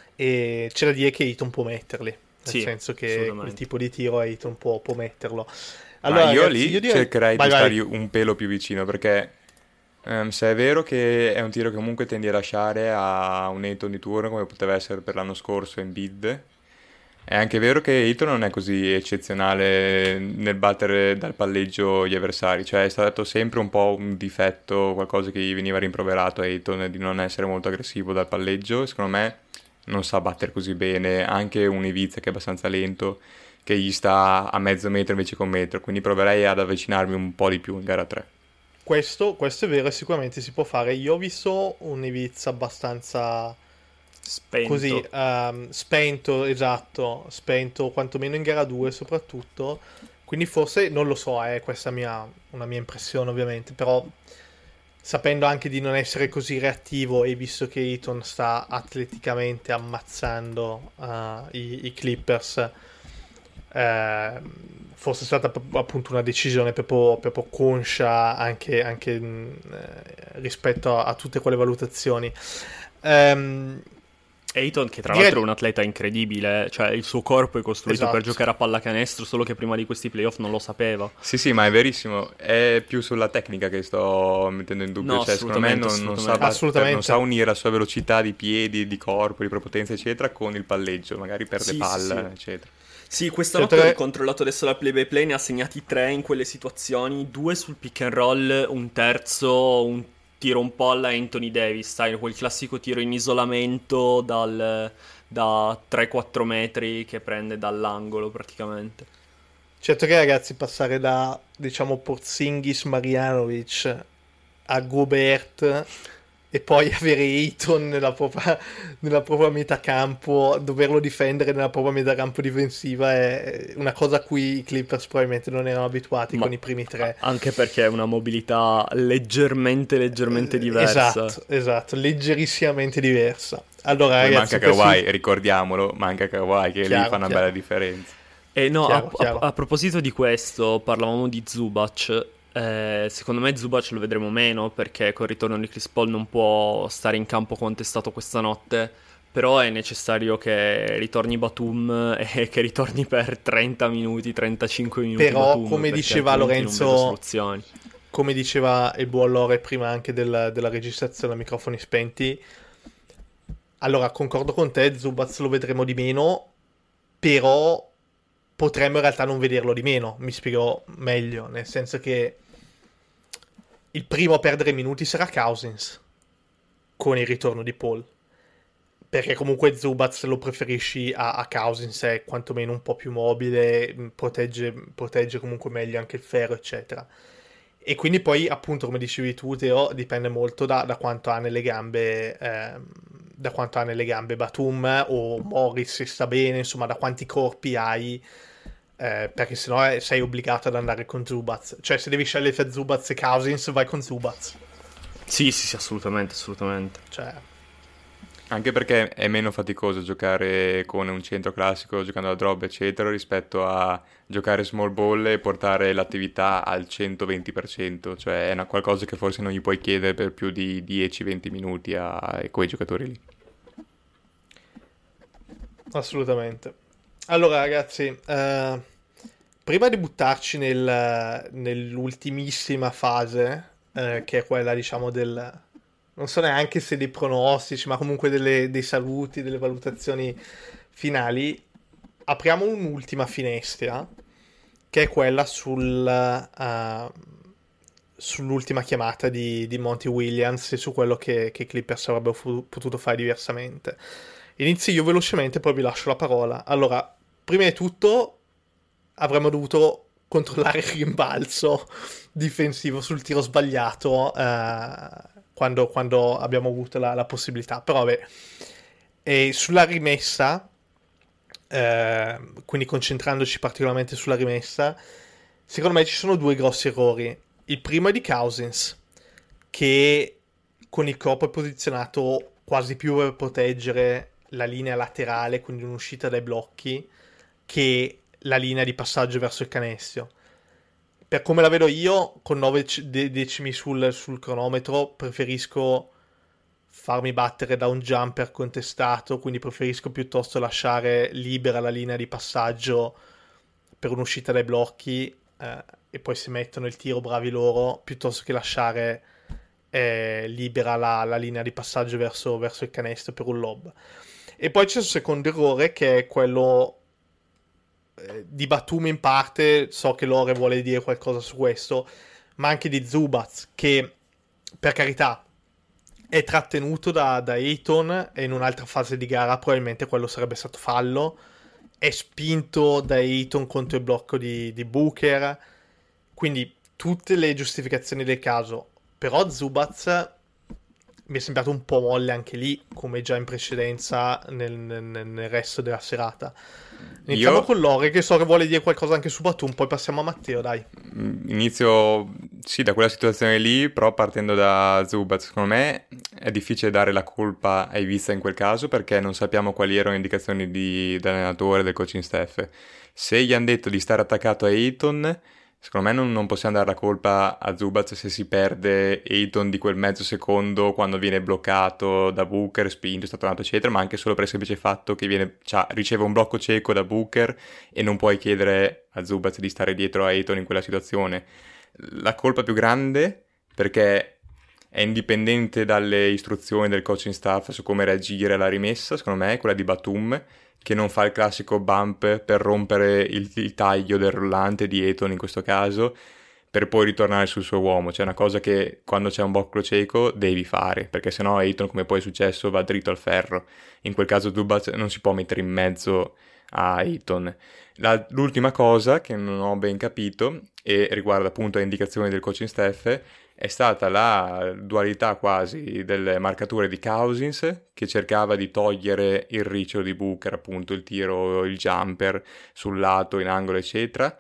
E c'è da dire che Ayton può metterli, nel Sì, senso che assolutamente. quel tipo di tiro Ayton può metterlo. Ma Allora, io ragazzi, lì direi... cercherei Vai, di vai. stargli un pelo più vicino, perché se è vero che è un tiro che comunque tendi a lasciare a un Ayton di turno, come poteva essere per l'anno scorso Embiid, è anche vero che Ayton non è così eccezionale nel battere dal palleggio gli avversari, cioè è stato sempre un po' un difetto, qualcosa che gli veniva rimproverato a Ayton di non essere molto aggressivo dal palleggio. Secondo me non sa battere così bene, anche un Ivica che è abbastanza lento, che gli sta a mezzo metro invece che un metro, quindi proverei ad avvicinarmi un po' di più in gara 3. Questo è vero e sicuramente si può fare. Io ho visto un Ivica abbastanza Spento. così, spento, esatto, spento quantomeno in gara 2 soprattutto, quindi forse, non lo so, questa è una mia impressione ovviamente, però sapendo anche di non essere così reattivo e visto che Ayton sta atleticamente ammazzando i Clippers, fosse stata appunto una decisione proprio conscia anche rispetto a tutte quelle valutazioni. Ayton che tra Direi- l'altro è un atleta incredibile, cioè il suo corpo è costruito Esatto. per giocare a pallacanestro, solo che prima di questi playoff non lo sapeva. Sì, ma è verissimo, è più sulla tecnica che sto mettendo in dubbio, No, cioè secondo me non sa assolutamente. Assolutamente. non sa unire la sua velocità di piedi, di corpo, di prepotenza eccetera con il palleggio, magari perde Sì, palla sì. eccetera. Sì, questa Certo notte ho che- controllato adesso la play by play, ne ha segnati 3 in quelle situazioni, 2 sul pick and roll, un terzo, un tiro un po' alla Anthony Davis, sai, quel classico tiro in isolamento da 3-4 metri che prende dall'angolo praticamente. Certo che ragazzi passare da, diciamo, Porzingis Marjanovic a Gobert e poi avere Ayton nella propria metà campo, doverlo difendere nella propria metà campo difensiva è una cosa a cui i Clippers probabilmente non erano abituati Ma con i primi 3. Anche perché è una mobilità leggermente diversa. Esatto, leggerissimamente diversa. Allora Poi ragazzi, manca Kawhi, ricordiamolo, manca Kawhi che lì Chiaro, fa una chiaro. bella differenza. E no, Chiaro. a proposito di questo, parlavamo di Zubac. Secondo me Zubac lo vedremo meno perché col ritorno di Chris Paul non può stare in campo quanto è stato questa notte. Però è necessario che ritorni Batum e che ritorni per 30 minuti, 35 minuti. Però, Batum, come perché diceva altrimenti non Lorenzo- vedo soluzioni. come diceva il buon Lore prima anche della registrazione a microfoni spenti, allora concordo con te, Zubac lo vedremo di meno, però potremmo in realtà non vederlo di meno, mi spiego meglio, nel senso che il primo a perdere minuti sarà Cousins con il ritorno di Paul, perché comunque Zubac lo preferisci a Cousins, è quantomeno un po' più mobile, protegge comunque meglio anche il ferro eccetera. E quindi poi, appunto, come dicevi tu, Teo, dipende molto da quanto ha nelle gambe, da quanto ha nelle gambe Batum o Morris, se sta bene, insomma, da quanti corpi hai, perché sennò sei obbligato ad andare con Zubaz. Cioè, se devi scegliere tra Zubaz e Cousins, vai con Zubaz. Sì, sì, sì, assolutamente, assolutamente. Cioè, Anche perché è meno faticoso giocare con un centro classico, giocando la drop, eccetera, rispetto a giocare small ball e portare l'attività al 120%, cioè è qualcosa che forse non gli puoi chiedere per più di 10-20 minuti a quei giocatori lì. assolutamente. Allora, ragazzi, prima di buttarci nell'ultimissima fase, che è quella, diciamo, non so neanche se dei pronostici, ma comunque dei saluti, delle valutazioni finali, apriamo un'ultima finestra, che è quella sull'ultima chiamata di Monty Williams e su quello che i Clippers avrebbero potuto fare diversamente. Inizio io velocemente, poi vi lascio la parola. Allora, prima di tutto avremmo dovuto controllare il rimbalzo difensivo sul tiro sbagliato quando abbiamo avuto la possibilità. Però vabbè, e sulla rimessa, quindi concentrandoci particolarmente sulla rimessa, secondo me ci sono due grossi errori. Il primo è di Cousins, che con il corpo è posizionato quasi più per proteggere la linea laterale, quindi un'uscita dai blocchi, che la linea di passaggio verso il canestro. Per come la vedo io, con 9 decimi sul cronometro, preferisco farmi battere da un jumper contestato, quindi preferisco piuttosto lasciare libera la linea di passaggio per un'uscita dai blocchi, e poi se mettono il tiro bravi loro, piuttosto che lasciare libera la linea di passaggio verso il canestro per un lob. E poi c'è il secondo errore, che è quello di Batum in parte. So che Lore vuole dire qualcosa su questo, ma anche di Zubaz, che per carità è trattenuto da Ayton, e in un'altra fase di gara probabilmente quello sarebbe stato fallo. È spinto da Ayton contro il blocco di Booker, quindi tutte le giustificazioni del caso. Però Zubaz mi è sembrato un po' molle anche lì, come già in precedenza nel resto della serata. Iniziamo con Lore, che so che vuole dire qualcosa anche su Batum, poi passiamo a Matteo, dai. Inizio, sì, da quella situazione lì, però partendo da Zubac. Secondo me è difficile dare la colpa ai Ivica in quel caso, perché non sappiamo quali erano le indicazioni dell'allenatore, del coaching staff. Se gli hanno detto di stare attaccato a Ayton, secondo me non possiamo dare la colpa a Zubac se si perde Ayton di quel mezzo secondo quando viene bloccato da Booker, spinto, statonato, eccetera, ma anche solo per il semplice fatto che riceve un blocco cieco da Booker e non puoi chiedere a Zubac di stare dietro a Ayton in quella situazione. La colpa più grande, perché è indipendente dalle istruzioni del coaching staff su come reagire alla rimessa, secondo me è quella di Batum, che non fa il classico bump per rompere il taglio del rullante di Ayton in questo caso, per poi ritornare sul suo uomo. C'è una cosa che quando c'è un blocco cieco devi fare, perché sennò Ayton, come poi è successo, va dritto al ferro. In quel caso Zubac non si può mettere in mezzo a Ayton. L'ultima cosa che non ho ben capito, e riguarda appunto le indicazioni del coaching staff, è stata la dualità quasi delle marcature di Cousins, che cercava di togliere il riccio di Booker, appunto il tiro, il jumper sul lato, in angolo, eccetera,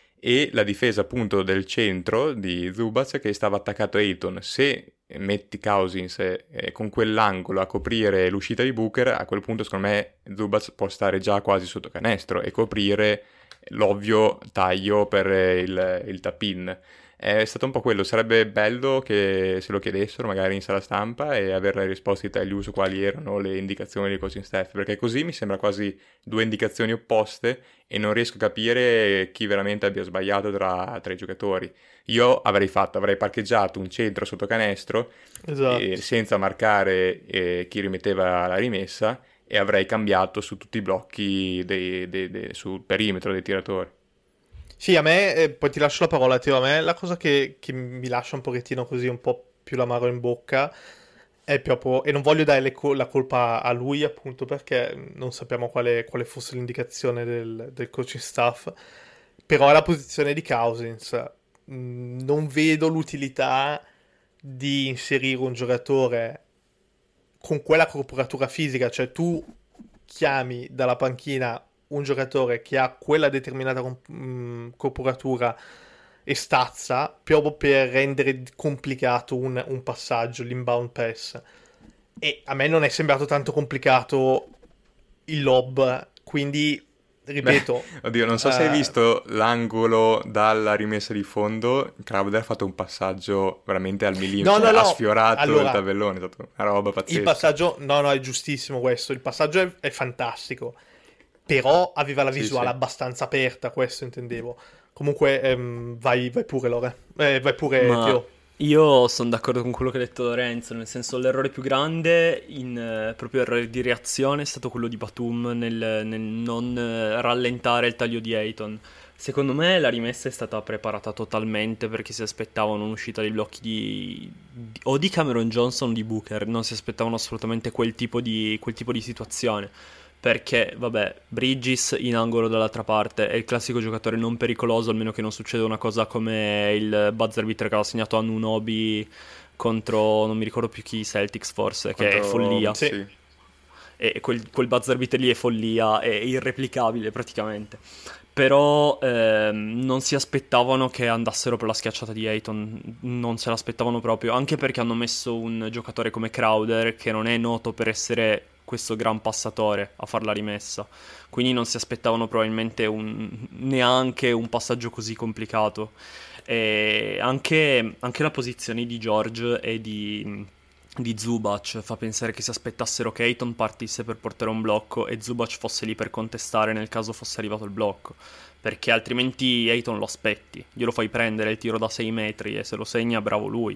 e la difesa appunto del centro di Zubac, che stava attaccato a Ayton. Se metti Cousins con quell'angolo a coprire l'uscita di Booker, a quel punto secondo me Zubac può stare già quasi sotto canestro e coprire l'ovvio taglio per il tap-in. È stato un po' quello. Sarebbe bello che se lo chiedessero magari in sala stampa e avere le risposte di taglio su quali erano le indicazioni del coaching staff, perché così mi sembra quasi due indicazioni opposte e non riesco a capire chi veramente abbia sbagliato tra i giocatori. Io avrei parcheggiato un centro sotto canestro, Esatto. senza marcare chi rimetteva la rimessa, e avrei cambiato su tutti i blocchi sul perimetro dei tiratori. Sì, a me, poi ti lascio la parola, Teo. A me la cosa che mi lascia un pochettino così, un po' più l'amaro in bocca, è proprio, e non voglio dare la colpa a lui, appunto, perché non sappiamo quale fosse l'indicazione del coaching staff, però è la posizione di Cousins. non vedo l'utilità di inserire un giocatore con quella corporatura fisica, cioè tu chiami dalla panchina un giocatore che ha quella determinata corporatura e stazza proprio per rendere complicato un passaggio, l'inbound pass. E a me non è sembrato tanto complicato il lob, quindi ripeto. Oddio, non so se hai visto l'angolo dalla rimessa di fondo. Crowder ha fatto un passaggio veramente al millimetro, ha sfiorato il tabellone, è stata una roba pazzesca. Il passaggio, no, è giustissimo questo, il passaggio è fantastico, però aveva la visuale abbastanza aperta, questo intendevo. Comunque vai pure Lore, vai pure Tio. Io sono d'accordo con quello che ha detto Lorenzo, nel senso l'errore più grande, proprio errore di reazione, è stato quello di Batum nel non rallentare il taglio di Ayton. Secondo me la rimessa è stata preparata totalmente perché si aspettavano un'uscita dei blocchi o di Cameron Johnson o di Booker, non si aspettavano assolutamente quel tipo di situazione. Perché, vabbè, Bridges in angolo dall'altra parte è il classico giocatore non pericoloso, almeno che non succeda una cosa come il buzzer beater che aveva segnato a Anunoby contro, non mi ricordo più chi, Celtics forse, che è follia. Sì. E quel buzzer beater lì è follia, è irreplicabile praticamente. Però non si aspettavano che andassero per la schiacciata di Ayton, non se l'aspettavano proprio, anche perché hanno messo un giocatore come Crowder che non è noto per essere questo gran passatore a far la rimessa, quindi non si aspettavano probabilmente neanche un passaggio così complicato. E anche la posizione di George e di Zubac fa pensare che si aspettassero che Ayton partisse per portare un blocco e Zubac fosse lì per contestare nel caso fosse arrivato il blocco, perché altrimenti Ayton lo aspetti, glielo fai prendere il tiro da 6 metri e se lo segna bravo lui.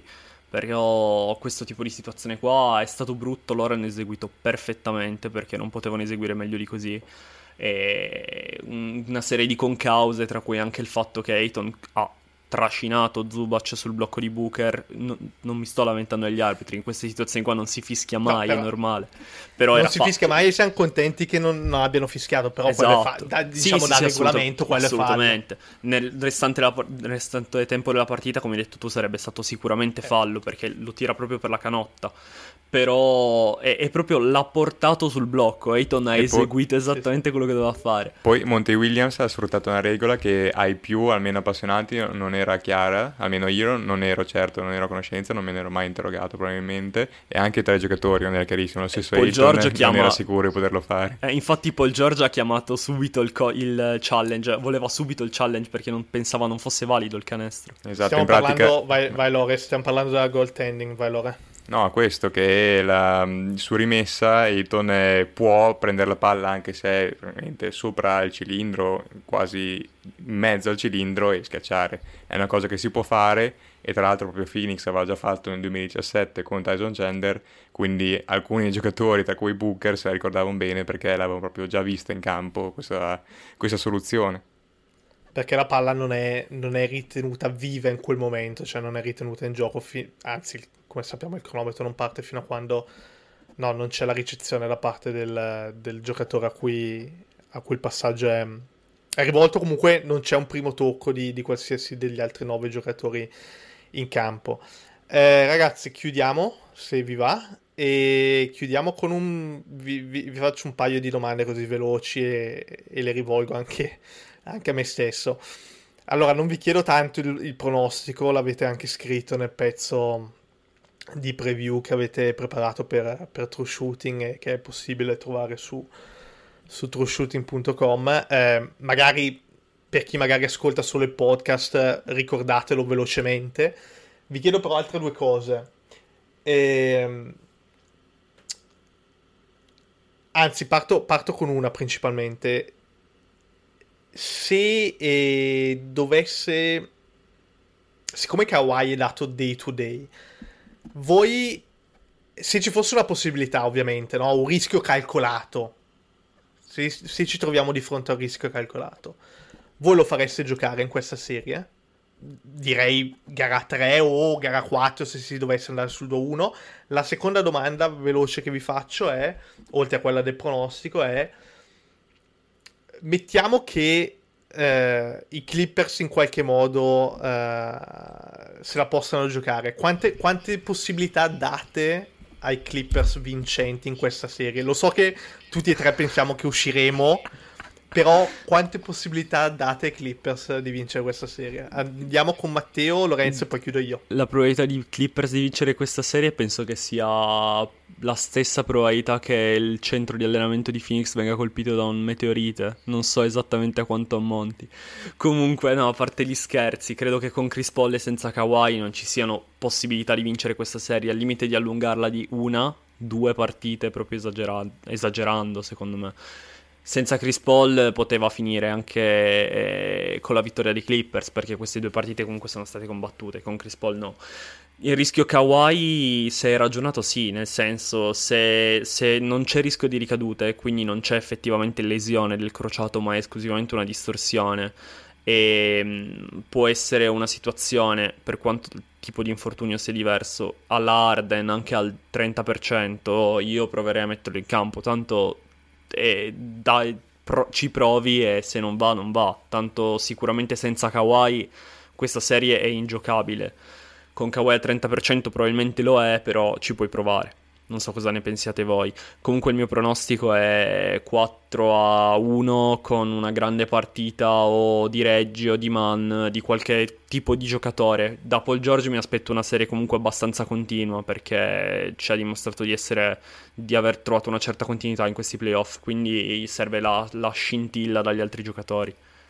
Però questo tipo di situazione qua è stato brutto, loro hanno eseguito perfettamente perché non potevano eseguire meglio di così. E una serie di concause, tra cui anche il fatto che Ayton ha trascinato Zubac sul blocco di Booker. Non mi sto lamentando degli arbitri, in queste situazioni qua non si fischia mai, è normale. Però non si fischia mai e siamo contenti che non abbiano fischiato, però esatto. diciamo da regolamento quello è fallo. Assolutamente. Nel restante tempo della partita, come hai detto tu, sarebbe stato sicuramente fallo perché lo tira proprio per la canotta. Però è proprio l'ha portato sul blocco. Ayton ha eseguito esattamente quello che doveva fare. Poi Monty Williams ha sfruttato una regola che ai più, almeno appassionati, non era chiara. Almeno io non ero certo, non ero a conoscenza, non me ne ero mai interrogato probabilmente. E anche tra i giocatori non era chiarissimo. Lo stesso Ayton non era sicuro di poterlo fare. Infatti Paul George ha chiamato subito il challenge. Voleva subito il challenge perché non pensava non fosse valido il canestro. Esatto, stiamo in pratica... parlando, vai Lore, stiamo parlando della goaltending, vai Lore. No, questo che su rimessa Ayton può prendere la palla anche se è veramente sopra il cilindro, quasi in mezzo al cilindro e schiacciare. È una cosa che si può fare e tra l'altro proprio Phoenix aveva già fatto nel 2017 con Tyson Chandler, quindi alcuni giocatori, tra cui Booker, se la ricordavano bene perché l'avevano proprio già vista in campo questa soluzione. Perché la palla non è ritenuta viva in quel momento, cioè non è ritenuta in gioco, anzi, come sappiamo il cronometro non parte fino a quando non c'è la ricezione da parte del giocatore a cui il passaggio è rivolto. Comunque non c'è un primo tocco di qualsiasi degli altri 9 giocatori in campo. Ragazzi, chiudiamo, se vi va, e chiudiamo con vi faccio un paio di domande così veloci e le rivolgo anche a me stesso. Allora, non vi chiedo tanto il pronostico, l'avete anche scritto nel pezzo di preview che avete preparato per True Shooting e che è possibile trovare su trueshooting.com. Magari per chi magari ascolta solo il podcast, ricordatelo velocemente. Vi chiedo però altre 2 cose. Anzi, parto con una principalmente. Se dovesse, siccome Kawhi è dato day to day, voi, se ci fosse una possibilità ovviamente, no? Un rischio calcolato, se ci troviamo di fronte a un rischio calcolato, voi lo fareste giocare in questa serie? Direi gara 3 o gara 4 se si dovesse andare sul 2-1. La seconda domanda veloce che vi faccio è, oltre a quella del pronostico, è: mettiamo che i Clippers in qualche modo se la possano giocare, quante possibilità date ai Clippers vincenti in questa serie? Lo so che tutti e tre pensiamo che usciremo, però quante possibilità date ai Clippers di vincere questa serie? Andiamo con Matteo, Lorenzo e poi chiudo io. La probabilità di Clippers di vincere questa serie penso che sia la stessa probabilità che il centro di allenamento di Phoenix venga colpito da un meteorite. Non so esattamente a quanto ammonti. Comunque, no, a parte gli scherzi, credo che con Chris Paul e senza Kawhi non ci siano possibilità di vincere questa serie, al limite di allungarla di 1-2 partite, proprio esagerando secondo me. Senza Chris Paul poteva finire anche con la vittoria dei Clippers, perché queste 2 partite comunque sono state combattute, con Chris Paul no. Il rischio Kawhi, se è ragionato, sì, nel senso, se non c'è rischio di ricadute, quindi non c'è effettivamente lesione del crociato, ma è esclusivamente una distorsione, e può essere una situazione, per quanto il tipo di infortunio sia diverso, alla Harden anche al 30%, io proverei a metterlo in campo, tanto ci provi, e se non va non va, tanto sicuramente senza Kawhi questa serie è ingiocabile. Con Kawhi al 30% probabilmente lo è, però ci puoi provare. Non so cosa ne pensiate voi. Comunque il mio pronostico è 4-1 con una grande partita o di Reggie o di Mann, di qualche tipo di giocatore. Da Paul George mi aspetto una serie comunque abbastanza continua, perché ci ha dimostrato di aver trovato una certa continuità in questi playoff, quindi serve la scintilla dagli altri giocatori.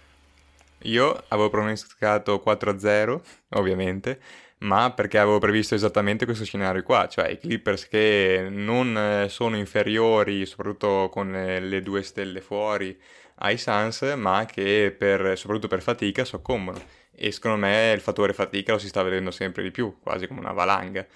Io avevo pronosticato 4-0, ovviamente, ma perché avevo previsto esattamente questo scenario qua, cioè i Clippers che non sono inferiori, soprattutto con le 2 stelle fuori, ai Suns, ma che soprattutto per fatica soccombono. E secondo me il fattore fatica lo si sta vedendo sempre di più, quasi come una valanga.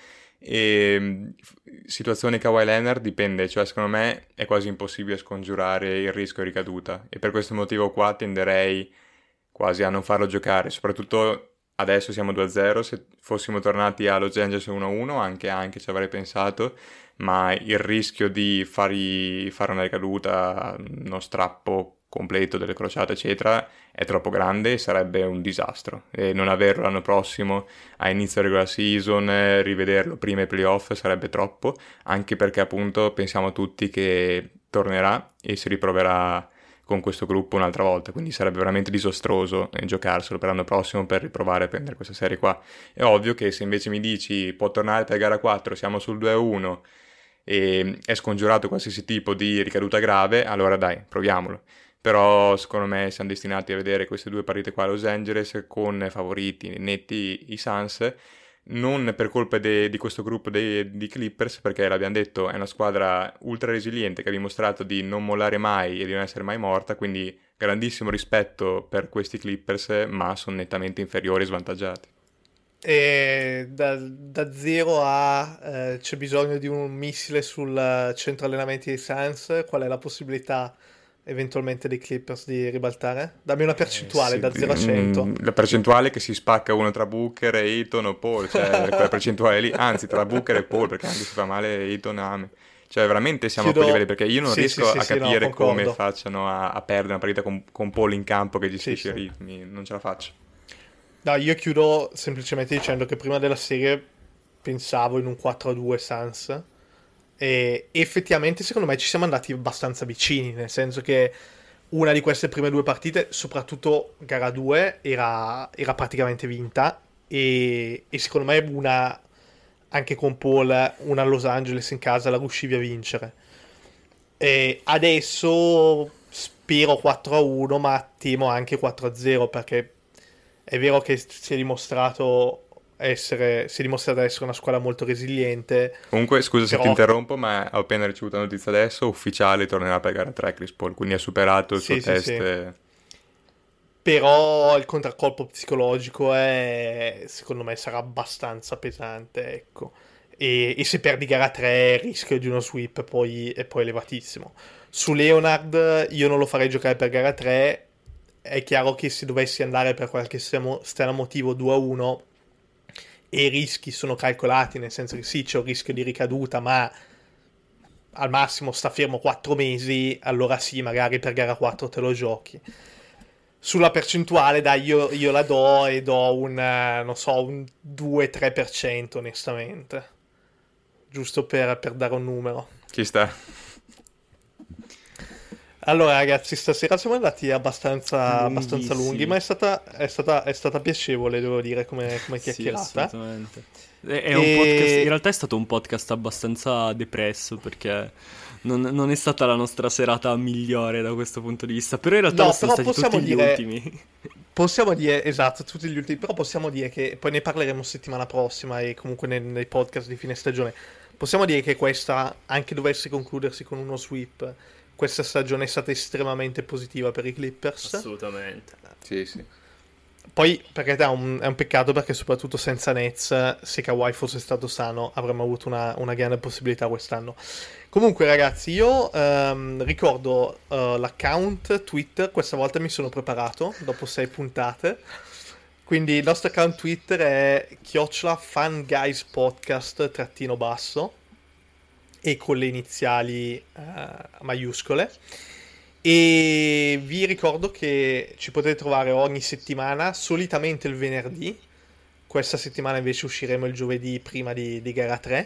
E situazione Kawhi Leonard dipende, cioè secondo me è quasi impossibile scongiurare il rischio di ricaduta, e per questo motivo qua tenderei quasi a non farlo giocare, soprattutto adesso siamo 2-0, se fossimo tornati a Los Angeles 1-1 anche ci avrei pensato, ma il rischio di fare una ricaduta, uno strappo completo delle crociate eccetera è troppo grande e sarebbe un disastro, e non averlo l'anno prossimo a inizio regular season, rivederlo prima ai playoff sarebbe troppo, anche perché appunto pensiamo tutti che tornerà e si riproverà con questo gruppo un'altra volta, quindi sarebbe veramente disastroso giocarselo per l'anno prossimo per riprovare a prendere questa serie qua. È ovvio che se invece mi dici può tornare per gara 4, siamo sul 2-1 e è scongiurato qualsiasi tipo di ricaduta grave, allora dai, proviamolo. Però secondo me siamo destinati a vedere queste 2 partite qua a Los Angeles con favoriti netti i Suns, non per colpa di questo gruppo di Clippers, perché l'abbiamo detto è una squadra ultra resiliente che ha dimostrato di non mollare mai e di non essere mai morta, quindi grandissimo rispetto per questi Clippers, ma sono nettamente inferiori e svantaggiati. E da 0 a c'è bisogno di un missile sul centro allenamenti dei Suns, qual è la possibilità eventualmente dei Clippers di ribaltare? Dammi una percentuale da 0 a 100. La percentuale è che si spacca uno tra Booker, Ayton o Paul, cioè quella percentuale lì, anzi tra Booker e Paul, perché anche se fa male Ayton Ame. Cioè veramente siamo a quei livelli, perché io non riesco a capire no, come facciano a perdere una partita con Paul in campo che gestisce i ritmi, non ce la faccio. No, io chiudo semplicemente dicendo che prima della serie pensavo in un 4-2 Suns, e effettivamente secondo me ci siamo andati abbastanza vicini, nel senso che una di queste prime 2 partite, soprattutto gara 2, era praticamente vinta, e secondo me una, anche con Paul, una a Los Angeles in casa la riuscivi a vincere. E adesso spero 4-1, ma temo anche 4-0, perché è vero che si è dimostrato essere una squadra molto resiliente. Comunque scusa se ti interrompo, ma ho appena ricevuto la notizia adesso, ufficiale, tornerà per gara 3 Chris Paul, quindi ha superato il suo test. Sì. Però il contraccolpo psicologico secondo me sarà abbastanza pesante, ecco. E se perdi gara 3 il rischio di uno sweep poi è poi elevatissimo. Su Leonard io non lo farei giocare per gara 3. È chiaro che se dovessi andare per qualche strano motivo 2-1 e i rischi sono calcolati, nel senso che sì, c'è un rischio di ricaduta, ma al massimo sta fermo 4 mesi, allora sì, magari per gara 4 te lo giochi. sulla percentuale, dai, io la do e do un 2-3% onestamente, giusto per dare un numero. Ci sta. Allora ragazzi, stasera siamo andati abbastanza lunghi, ma è stata piacevole, devo dire, come chiacchierata. Sì, assolutamente. È un podcast, in realtà è stato un podcast abbastanza depresso, perché non è stata la nostra serata migliore da questo punto di vista, però in realtà sono stati tutti gli ultimi. Possiamo dire, esatto, tutti gli ultimi, però possiamo dire che, poi ne parleremo settimana prossima e comunque nei podcast di fine stagione, possiamo dire che questa, anche dovesse concludersi con uno sweep, questa stagione è stata estremamente positiva per i Clippers. Assolutamente. Sì. Poi, perché è un peccato, perché soprattutto senza Nets, se Kawhi fosse stato sano, avremmo avuto una grande possibilità quest'anno. Comunque, ragazzi, io ricordo l'account Twitter, questa volta mi sono preparato, dopo 6 puntate. Quindi il nostro account Twitter è @fanguyspodcast_ e con le iniziali maiuscole. E vi ricordo che ci potete trovare ogni settimana, solitamente il venerdì. Questa settimana invece usciremo il giovedì prima di gara 3.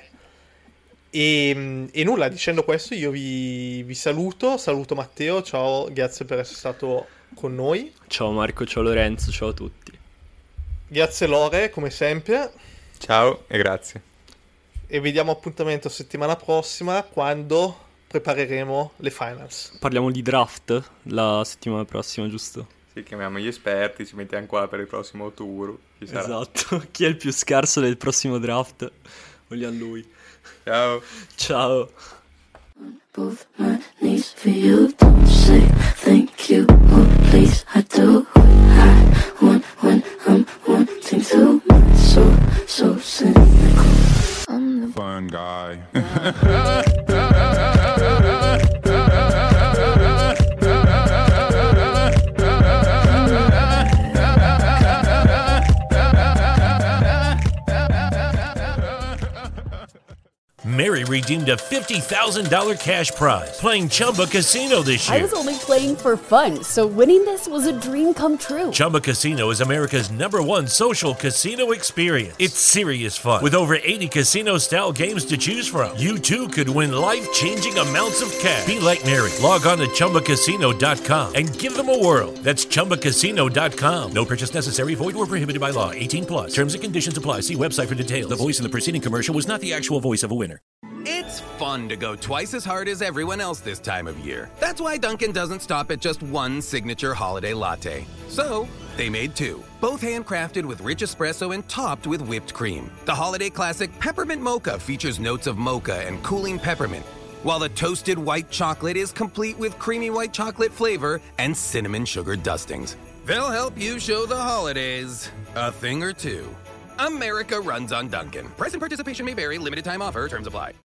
E nulla, dicendo questo io vi saluto Matteo, ciao, grazie per essere stato con noi. Ciao Marco, ciao Lorenzo, ciao a tutti. Grazie Lore, come sempre. Ciao e grazie. E vi diamo appuntamento settimana prossima, quando prepareremo le finals. Parliamo di draft la settimana prossima, giusto? Sì, chiamiamo gli esperti, ci mettiamo qua per il prossimo tour. Chi sarà? Esatto, chi è il più scarso del prossimo draft? Vogliamo lui. Ciao. Both my knees for you, don't say thank you, oh please, I do what I want when I'm wanting to, my soul, so cynical, I'm the fun guy. Mary redeemed a $50,000 cash prize playing Chumba Casino this year. I was only playing for fun, so winning this was a dream come true. Chumba Casino is America's #1 social casino experience. It's serious fun. With over 80 casino-style games to choose from, you too could win life-changing amounts of cash. Be like Mary. Log on to ChumbaCasino.com and give them a whirl. That's ChumbaCasino.com. No purchase necessary. Void or prohibited by law. 18+. Terms and conditions apply. See website for details. The voice in the preceding commercial was not the actual voice of a winner. It's fun to go twice as hard as everyone else this time of year. That's why Dunkin' doesn't stop at just one signature holiday latte. So, they made 2, both handcrafted with rich espresso and topped with whipped cream. The holiday classic Peppermint Mocha features notes of mocha and cooling peppermint, while the toasted white chocolate is complete with creamy white chocolate flavor and cinnamon sugar dustings. They'll help you show the holidays a thing or two. America runs on Dunkin'. Price and participation may vary. Limited time offer. Terms apply.